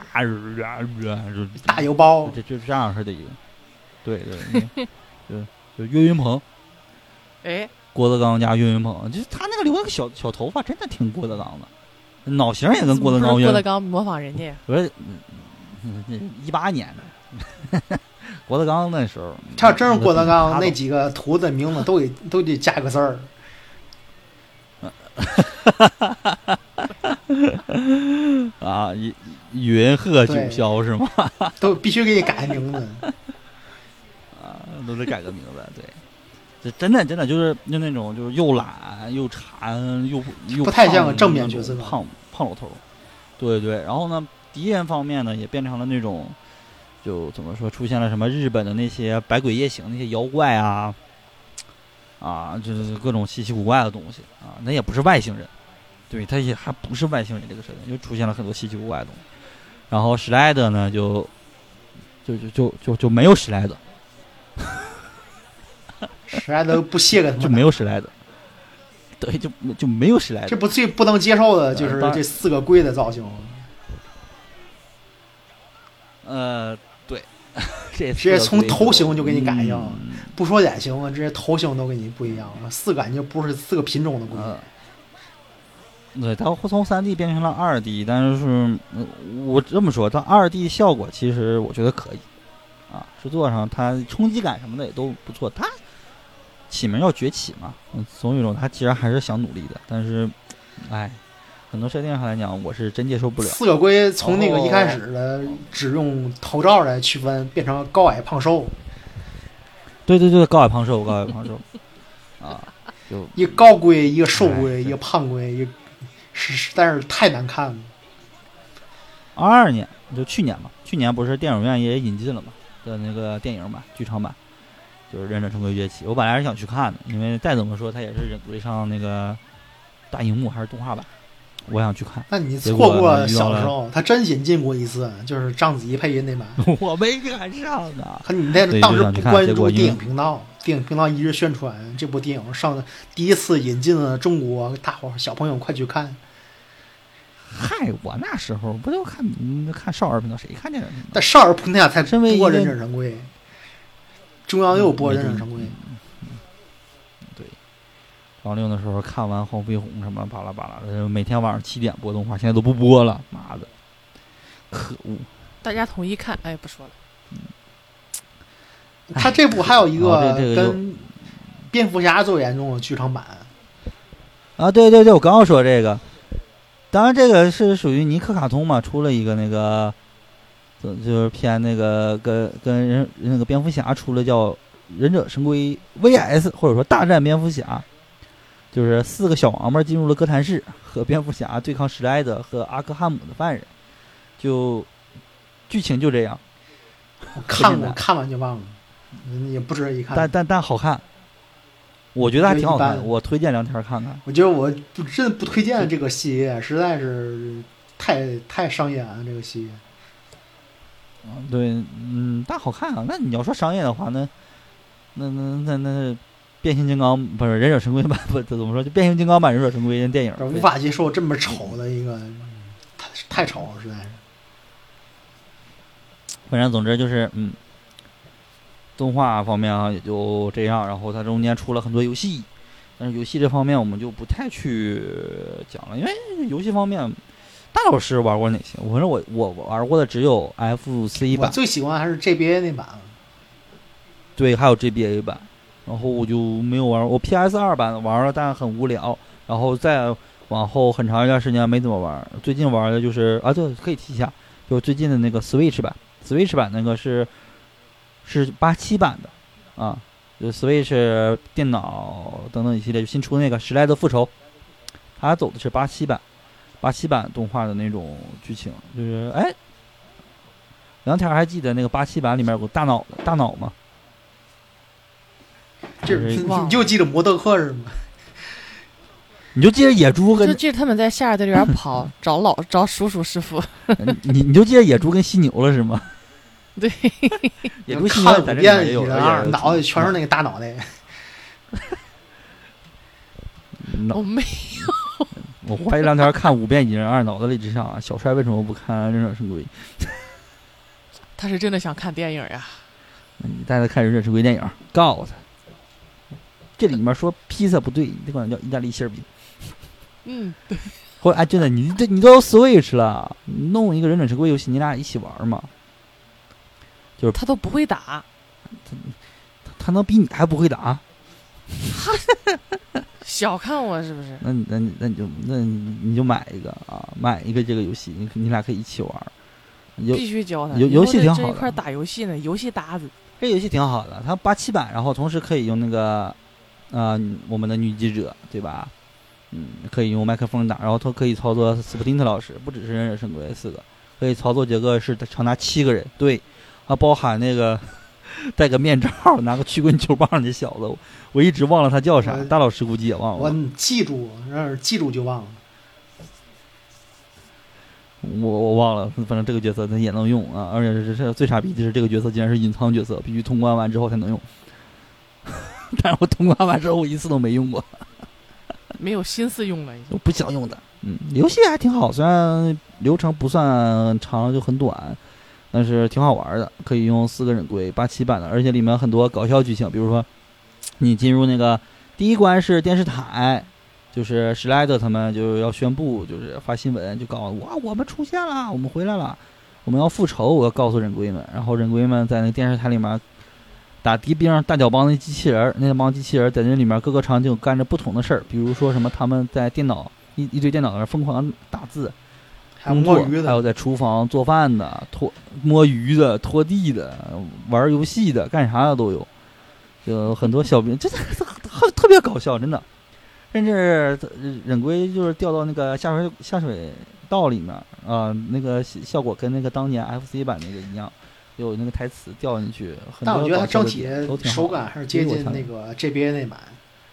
大油包， 就这样式的一个，对，就岳云鹏， 哎， 郭德纲加岳云鹏，就是他那个留那个小头发，真的挺郭德纲的，脑型也跟郭德纲一样。 郭德纲模仿人家， 不是，18年的。郭德纲那时候， 他要真是郭德纲，那几个徒子名字都得加个字儿。 啊，云鹤九霄是吗？ 都必须给你改名字。 啊，都得改个名字，对。这真的就是那种就是又懒又馋又不太像个正面角色， 胖老头。对，然后呢，敌人方面呢也变成了那种。就怎么说，出现了什么日本的那些百鬼夜行那些妖怪啊，就是各种稀奇古怪的东西啊，那也不是外星人，对，他也还不是外星人这个设定，就出现了很多稀奇古怪的东西。然后史莱德呢，就没有史莱德， 史莱德不屑个他就没有史莱德，对，就没有史莱德。 这不最不能接受的就是这4个龟的造型。 对，这直接从头型就给你改一样，不说眼型了，直接头型都给你不一样了。4感觉不是4个品种的龟。 对，它从3D 变成了2D，但是我这么说，它2D 效果其实我觉得可以啊，制作上它冲击感什么的也都不错。它起名叫崛起嘛，总有一种它其实还是想努力的，但是， 很多设定上来讲，我是真接受不了。 四个龟从那个一开始的只用头罩来区分，变成高矮胖瘦。 对对对，高矮胖瘦，高矮胖瘦，啊，就一个高龟，一个瘦龟，一个胖龟，一个实在是太难看了。 22年，就去年嘛，去年不是电影院也引进了嘛的那个电影版、剧场版，就是《忍者神龟崛起》。我本来是想去看的，因为再怎么说它也是忍龟上那个大荧幕还是动画版，我想去看。 那你错过小时候，他真引进过一次，就是章子怡配音那版。 我没赶上啊！ 可你那当时不关注电影频道，电影频道一直宣传这部电影上的第一次引进了中国，大伙小朋友快去看。 嗨，我那时候不就看少儿频道，谁看电影频道？ 但少儿频道才播忍者神龟，中央又播忍者神龟。 对，中央6的时候看完黄飞鸿什么巴拉巴拉的，每天晚上7点播动画，现在都不播了，妈的，可恶！ 大家统一看，哎，不说了。 他这部还有一个跟蝙蝠侠做严重的剧场版。 啊，对对对，我刚要说这个。当然，这个是属于尼克卡通嘛，出了一个那个，就是偏那个跟那个蝙蝠侠出了叫《忍者神龟 VS》或者说大战蝙蝠侠，就是4个小王八进入了哥谭市，和蝙蝠侠对抗史莱德和阿克汉姆的犯人，就剧情就这样。 我看过，看完就忘了，也不值得一看。 但好看。我觉得还挺好看的，我推荐2天看看。 我觉得我真的不推荐这个系列，实在是太商业了，这个系列。 对，但好看啊。那你要说商业的话，那变形金刚不是忍者神龟版，不怎么说，就变形金刚版忍者神龟的电影， 无法接受这么丑的一个，太丑了，实在是。 反正总之就是动画方面啊也就这样，然后它中间出了很多游戏，但是游戏这方面我们就不太去讲了，因为游戏方面大老师玩过哪些？反正我玩过的只有 FC 版， 我最喜欢还是 GBA 那版。 对，还有 GBA 版，然后我就没有玩。我 PS2 版玩了，但很无聊，然后再往后很长一段时间没怎么玩。最近玩的就是对，可以提一下，就是最近的那个 Switch 版那个是87版的啊，就 Switch 电脑等等一系列就新出那个史莱德复仇，它走的是87版动画的那种剧情，就是梁天还记得那个87版里面有个大脑吗？ 就是你就记得摩托克是吗？ 你就记得野猪跟就记得他们在夏尔德里边跑找叔叔师傅。 你就记得野猪跟犀牛了是吗？ 对， 野猪犀牛在这里面也有， 脑袋全是那个大脑袋。 我没有。 我怀疑梁天看5遍《蚁人2》脑子里之上啊，小帅为什么不看《忍者神龟》？ 他是真的想看电影呀。 你带他看《忍者神龟》电影，告诉他，这里面说披萨不对，你得管它叫意大利馅饼。 对。 或者真的，你都 Switch 了，弄一个《忍者神龟》游戏，你俩一起玩嘛？就是他都不会打， 他能比你还不会打？ 小看我是不是？ 那你就买一个啊，买一个这个游戏，你俩可以一起玩。 必须教他。 游戏挺好的。 这一块打游戏呢，游戏搭子。 这游戏挺好的，它87版，然后同时可以用那个我们的女记者对吧？可以用麦克风打，然后它可以操作斯普丁特老师，不只是忍者神龟4个，可以操作结构是长达7个人，对。包含那个戴个面罩拿个曲棍球棒的小子，我一直忘了他叫啥，大老师估计也忘了。 我记住就忘了。 我忘了，反正这个角色他也能用啊，而且这最傻逼就是这个角色竟然是隐藏角色，必须通关完之后才能用。但是我通关完之后我一次都没用过， 没有心思用了， 我不想用的。游戏还挺好，虽然流程不算长，就很短。但是挺好玩的，可以用4个忍龟87版的，而且里面很多搞笑剧情，比如说你进入那个第一关是电视台，就是史莱德他们就要宣布，就是发新闻就告诉我们出现了，我们回来了，我们要复仇，我要告诉忍龟们，然后忍龟们在那个电视台里面打敌兵大脚帮机器人，那帮机器人在那里面各个场景干着不同的事儿，比如说什么他们在电脑一堆电脑在那疯狂打字， 还有工作， 摸鱼的， 还有在厨房做饭的、摸鱼的、拖地的、玩游戏的，干啥的都有。就很多小兵，这特别搞笑，真的。甚至忍龟就是掉到那个下水道里面啊、那个效果跟那个当年 FC 版那个一样，有那个台词掉进去。很多但我觉得它整体都挺好手感还是接近那个 GBA 那版。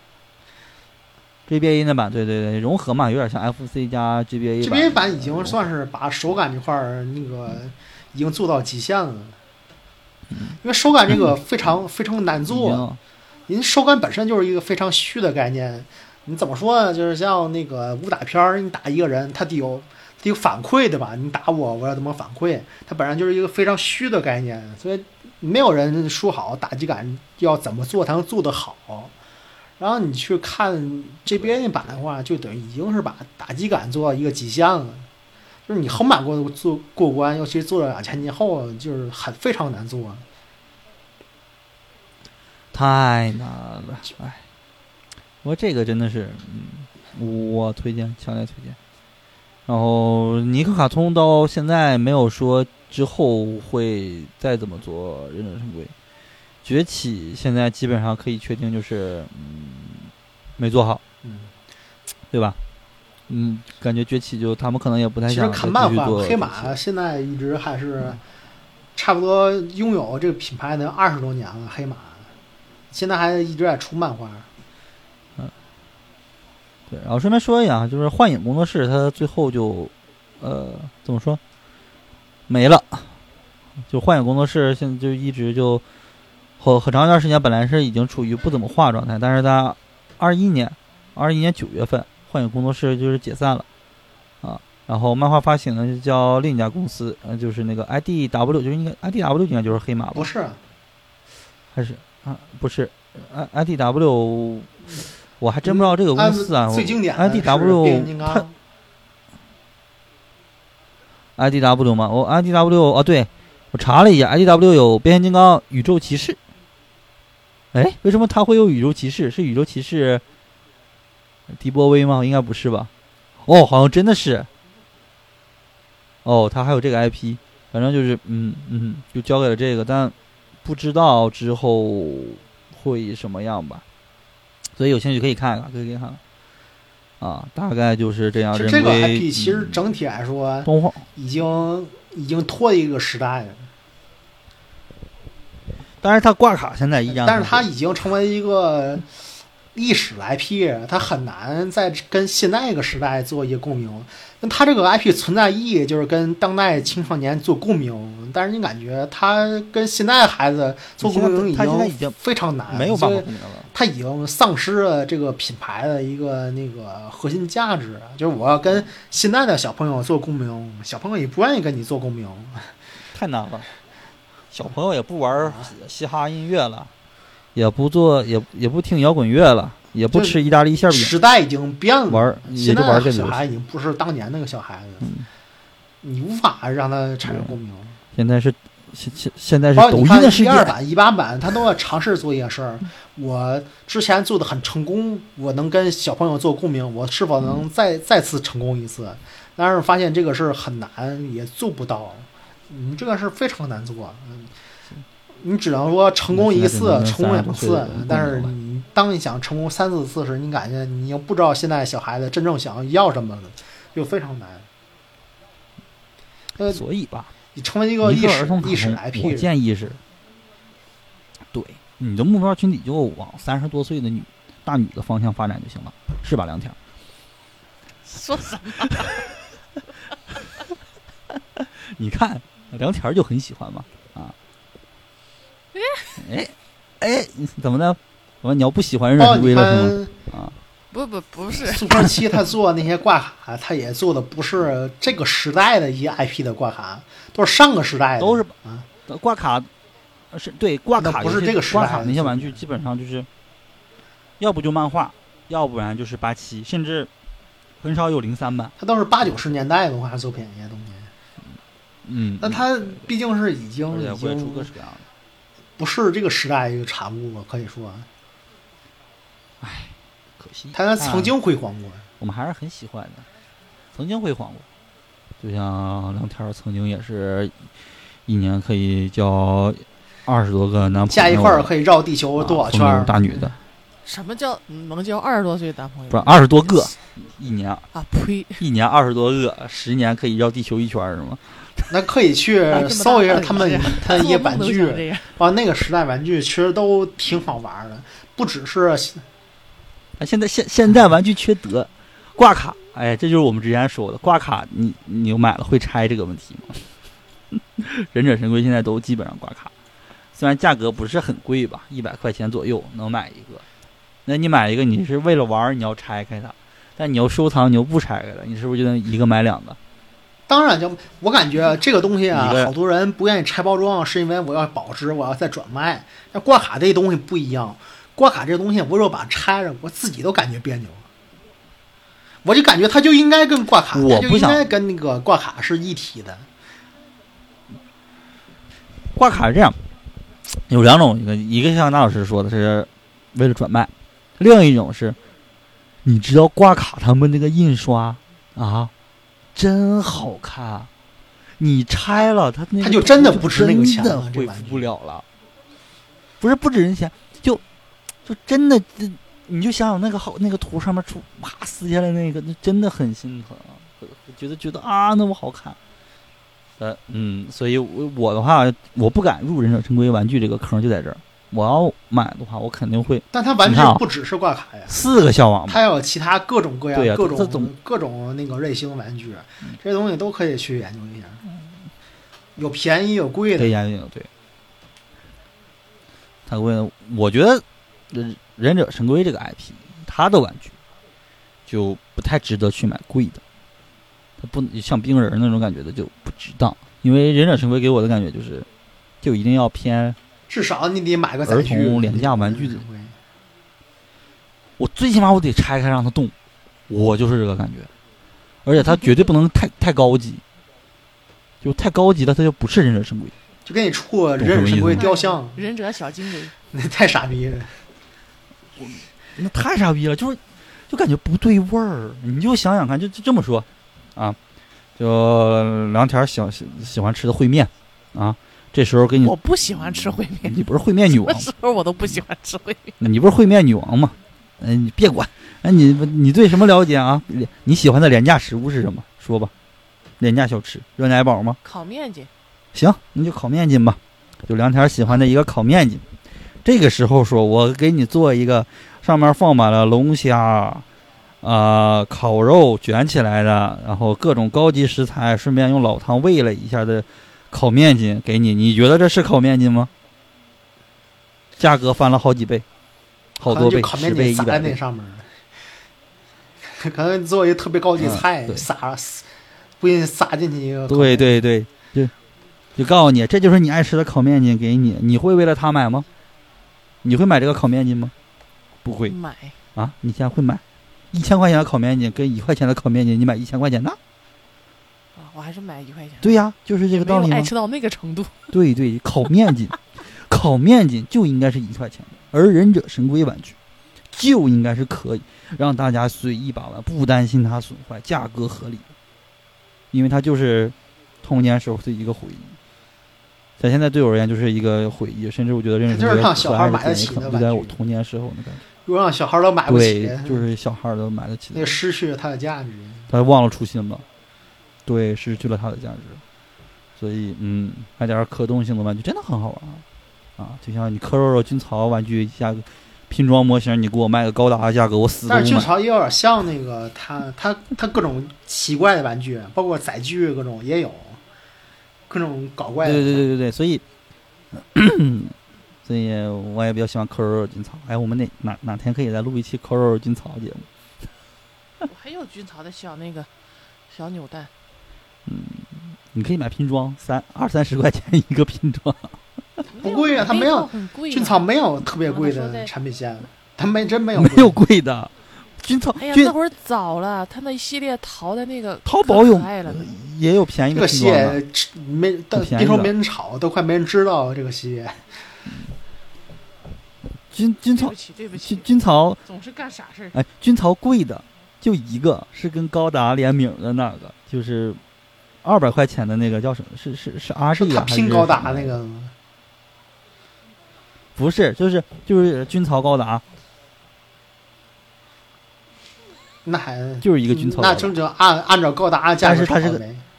GBA 那版，对对对，融合嘛，有点像 FC 加 GBA 版。 GBA 版已经算是把手感这块儿那个已经做到极限了，因为手感这个非常非常难做。您手感本身就是一个非常虚的概念，你怎么说呢？就是像那个武打片儿，你打一个人，他得有反馈，对吧？你打我，我要怎么反馈？它本身就是一个非常虚的概念，所以没有人说好打击感要怎么做才能做得好。然后你去看 GBA 那版的话，就等于已经是把打击感做到一个极限了。就是你横版过关，尤其是做到2000年后，就是非常难做。 太难了，哎，我这个真的是，我推荐，强烈推荐。然后尼克卡通到现在没有说之后会再怎么做忍者神龟，崛起现在基本上可以确定就是，没做好，对吧？感觉崛起就他们可能也不太想其实看漫画， 做黑马现在一直还是差不多拥有这个品牌能20多年了，黑马。现在还一直在出漫画， 对。然后顺便说一下，就是幻影工作室，它最后就，怎么说，没了。就幻影工作室现在就一直就很长一段时间，本来是已经处于不怎么画状态，但是在21年9月份，幻影工作室就是解散了，啊。然后漫画发行呢就叫另一家公司，就是那个 IDW， 就是应该 IDW 应该就是黑马吧？ 不是， 还是？不是 ，IDW， 我还真不知道这个公司啊。 最经典的是 IDW， 变形金刚。 IDW 吗？IDW 哦，对，我查了一下 ，IDW 有变形金刚、宇宙骑士。哎，为什么它会有宇宙骑士？是宇宙骑士迪波威吗？应该不是吧？哦，好像真的是。哦，它还有这个 IP， 反正就是就交给了这个，但。不知道之后会什么样吧，所以有兴趣可以看看，可以看看啊，大概就是这样。 这个 IP 其实整体来说， 动画已经脱一个时代了。 但是它挂卡现在一样， 但是它已经成为一个历史 IP， 它很难再跟现在这个时代做一个共鸣。那它这个 IP 存在意义就是跟当代青少年做共鸣，但是你感觉它跟现在孩子做共鸣已经非常难， 没有办法共鸣了。 它已经丧失了这个品牌的一个那个核心价值，就是我要跟现在的小朋友做共鸣，小朋友也不愿意跟你做共鸣， 太难了。小朋友也不玩嘻哈音乐了，也不做也不听摇滚乐了。也不吃意大利馅饼， 时代已经变了， 也就玩这个。 小孩已经不是当年那个小孩子，你无法让他产生共鸣。 现在是抖音的世界。 12版、18版，他都要尝试做一件事儿。我之前做的很成功，我能跟小朋友做共鸣，我是否能再次成功一次？但是发现这个事儿很难，也做不到。这个事非常难做。你只能说成功1次，成功2次，但是当你想成功3、4次时，你感觉你又不知道现在小孩子真正想要什么了，就非常难。 所以吧， 你成为一个历史 IP， 我建议是，对你的目标群体就往30多岁的大女的方向发展就行了，是吧，梁天？ 说什么？你看梁天就很喜欢嘛，啊。哎，怎么的？你要不喜欢忍者神龟了是吗？啊， 不是。 Super 7他做那些挂卡，他也做的不是这个时代的一些 IP 的挂卡，都是上个时代的， 都是挂卡，是对挂卡不是这个时代挂卡那些玩具基本上就是，要不就漫画，要不然就是87，甚至很少有03版， 它都是80、90年代的动画作品那些东西。那它毕竟是已经出各式各样的。 不是这个时代一个产物了，可以说， 唉，可惜。 他曾经辉煌过， 我们还是很喜欢的，曾经辉煌过。就像梁天曾经也是一年可以交20多个男朋友， 加一块儿可以绕地球多少圈儿？ 大女的。 什么叫能交20多岁的男朋友？ 不是20多个，一年啊？呸！ 一年20多个，10年可以绕地球一圈是吗？ 那可以去搜一下他一些玩具，那个时代玩具其实都挺好玩的，不只是。 现在玩具缺德，挂卡，哎，这就是我们之前说的挂卡，你买了会拆这个问题吗？忍者神龟现在都基本上挂卡，虽然价格不是很贵吧，100块钱左右能买一个。那你买一个，你是为了玩，你要拆开它，但你要收藏，你又不拆开了，你是不是就能一个买2个？ 当然，我感觉这个东西啊，好多人不愿意拆包装，是因为我要保值，我要再转卖。那挂卡这东西不一样，挂卡这东西，我如果把它拆了，我自己都感觉别扭。我就感觉它就应该跟挂卡，它就应该跟那个挂卡是一体的。 挂卡是这样，有2种，一个像大老师说的是为了转卖，另一种是，你知道挂卡他们那个印刷啊，真好看，你拆了它那个就真的不值那个钱了， 恢复不了了。不值人钱，就真的，你就想想那个图上面啪撕下来那个，那真的很心疼，觉得啊那么好看。所以我的话，我不敢入忍者神龟玩具这个坑，就在这儿。我要买的话，我肯定会。 但它玩具不只是挂卡呀 ，4个校网， 它有其他各种各样、 对各种那个类型玩具，这些东西都可以去研究一下。有便宜有贵的， 可以研究。对，他问，我觉得忍者神龟这个 IP， 它的玩具就不太值得去买贵的。它不像冰人那种感觉的就不值当，因为忍者神龟给我的感觉就一定要偏。 至少你得买个儿童廉价玩具的，我最起码我得拆开让它动，我就是这个感觉，而且它绝对不能太高级，就太高级了，它就不是忍者神龟， 就给你出忍者神龟雕像， 忍者小精灵， 那太傻逼了， 那太傻逼了，就感觉不对味儿，你就想想看，就这么说啊，就梁田喜欢吃的烩面啊。这时候给你， 我不喜欢吃烩面。 你不是烩面女王？ 什么时候我都不喜欢吃烩面。 你不是烩面女王吗？你别管。你对什么了解啊？你喜欢的廉价食物是什么？说吧。廉价小吃，热奶堡吗？ 烤面筋。 行，那就烤面筋吧。就梁田喜欢的一个烤面筋。这个时候说，我给你做一个，上面放满了龙虾，烤肉卷起来的，然后各种高级食材，顺便用老汤煨了一下的。烤面筋给你，你觉得这是烤面筋吗？价格翻了好几倍，好多倍，10倍、100倍。 那上面，可能做一个特别高级菜，不仅撒进去一个。 对，就告诉你，这就是你爱吃的烤面筋，给你，你会为了它买吗？你会买这个烤面筋吗？不会。 买啊？你现在会买1000块钱的烤面筋跟1块钱的烤面筋，你买1000块钱的？ 我还是买1块钱。 对呀，就是这个道理吗？ 爱吃到那个程度。 对，烤面筋，烤面筋就应该是1块钱的，而忍者神龟玩具就应该是可以让大家随意把玩，不担心它损坏，价格合理，因为它就是童年时候的一个回忆。在现在对我而言就是一个回忆，甚至我觉得忍者神龟让小孩买得起的可能就在我童年时候的感觉。 如果让小孩都买不起， 对，就是小孩都买得起的， 那失去了它的价值， 他忘了初心了。对，失去了它的价值，所以买点可动性的玩具真的很好玩啊！就像你科肉菌草玩具下个拼装模型，你给我卖个高达的价格，我死都不买。 但是菌草也有点像那个它各种奇怪的玩具，包括载具各种也有，各种搞怪的。 对，所以我也比较喜欢科肉菌草。哎，我们哪天可以再录一期科肉菌草节目？ 我还有菌草的小扭蛋。 你可以买拼装，20-30块钱一个拼装， 不贵啊，它没有菌草没有特别贵的产品线，它真没有贵的菌草。 哎呀，那会儿早了，它那一系列淘的那个淘宝也有便宜的拼装的。 这个系列别说没人炒，都快没人知道这个系列。 菌草， 对不起， 菌草总是干傻事。 哎，菌草贵的就一个是跟高达联名的那个，就是200块钱的那个叫什么？是 RG 啊？ 他拼高达那个？ 不是，就是军曹高达， 那还就是一个军曹高达。 那就按照高达价格， 但是它是个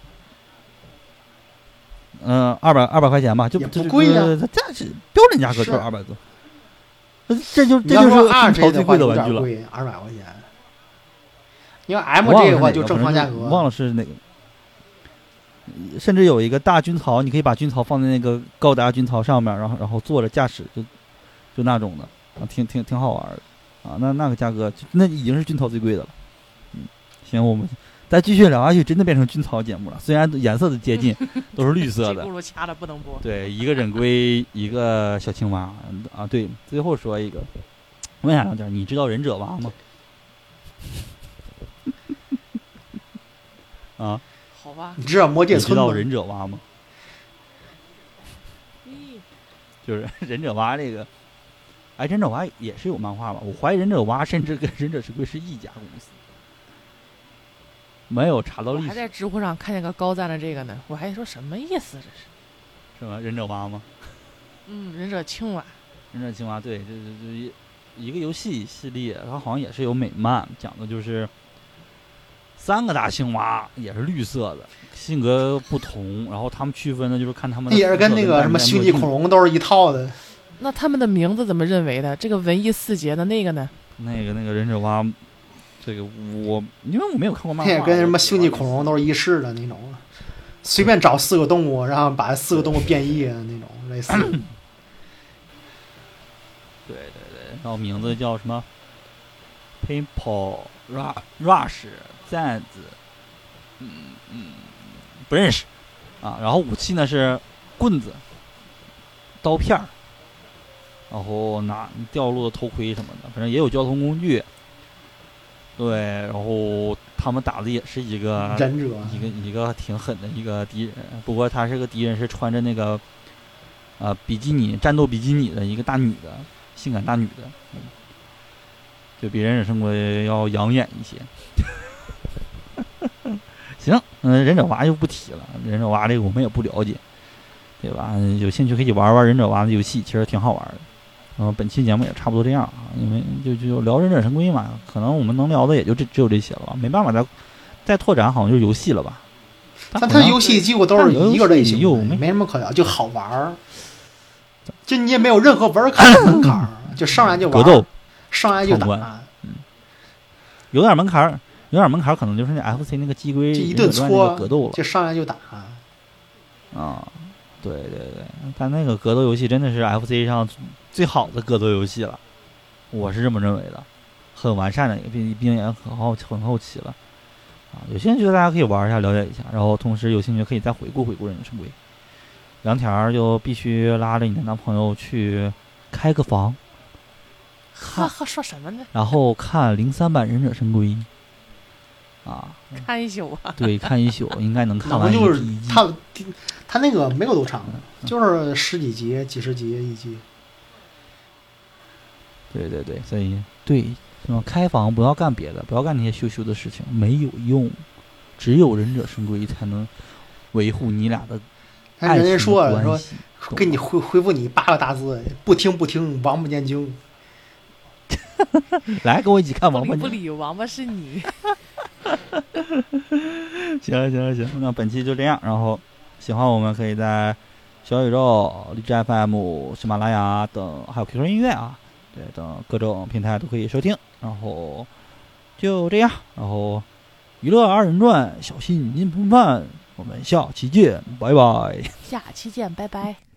200块钱吧，就也不贵呀， 它这是标准价格，就是200多。这就是军曹最贵的玩具了 ，200块钱。你要 M 这个话就正常价格， 忘了是哪个。甚至有一个大军曹，你可以把军曹放在那个高达军曹上面，然后坐着驾驶，就那种的啊，挺好玩的啊。那个价格，那已经是军曹最贵的了。行，我们再继续聊下去，真的变成军曹节目了。虽然颜色的接近，都是绿色的。 这轱辘掐的不能播。 对，一个忍龟，一个小青蛙啊。对，最后说一个，问下两点，你知道忍者蛙吗？啊。 好吧， 你知道魔界村吗？ 你知道忍者蛙吗？就是忍者蛙这个，忍者蛙也是有漫画吧？我怀疑忍者蛙甚至跟忍者神龟是一家公司，没有查到历史。 我还在知乎上看见个高赞的这个呢，我还说什么意思这是？ 是吗？忍者蛙吗？ 忍者青蛙。 忍者青蛙，对，这一个游戏系列，它好像也是有美漫，讲的就是3个大青蛙，也是绿色的，性格不同，然后他们区分的就是看他们也是跟那个什么星际恐龙都是一套的。 那他们的名字怎么认为的？这个文艺4杰的那个呢？ 那个忍者蛙，这个因为我没有看过漫画， 也跟什么星际恐龙都是一式的那种，随便找4个动物，然后把4个动物变异那种类似。 对，然后名字叫什么 ？Pimple Rush 赞子，不认识啊。然后武器呢是棍子、刀片儿，然后拿掉落的头盔什么的，反正也有交通工具。对，然后他们打的也是一个忍者， 一个挺狠的一个敌人。不过他这个敌人是穿着那个比基尼战斗比基尼的一个大女的，性感大女的，就比忍者神龟要养眼一些。行，忍者蛙就不提了，忍者蛙这个我们也不了解，对吧？有兴趣可以玩玩忍者蛙的游戏，其实挺好玩的。本期节目也差不多这样啊，因为就聊忍者神龟嘛，可能我们能聊的也就只有这些了，没办法再拓展，好像就是游戏了吧？ 但它游戏几乎都是一个类型，没什么可聊，就好玩，就你也没有任何玩卡的门槛，就上来就玩， 格斗， 上来就打， 有点门槛，可能就是那 FC 那个鸡龟一顿搓格斗了， 就上来就打啊。对，但那个格斗游戏真的是 FC 上最好的格斗游戏了，我是这么认为的，很完善的一个，毕竟也很后期了啊。有兴趣的大家可以玩一下，了解一下，然后同时有兴趣可以再回顾忍者神龟。2条就必须拉着你的男朋友去开个房， 说什么呢？ 然后看03版忍者神龟。 看一宿啊！ 对，看一宿应该能看完。 就是他那个没有多长，就是10几集、几十集一集。 对，所以什么开房不要干别的，不要干那些羞羞的事情，没有用。只有忍者神龟才能维护你俩的爱情关系。 说给你回复你8个大字：不听，王八念经。 来，跟我一起看王八。 不理王八是你。 行，那本期就这样。然后喜欢我们可以在小宇宙、荔枝 FM、喜马拉雅等，还有 QQ 音乐啊，对，等各种平台都可以收听。然后就这样，然后娱乐2人转，小心您不犯。我们下期见，拜拜。 下期见，拜拜。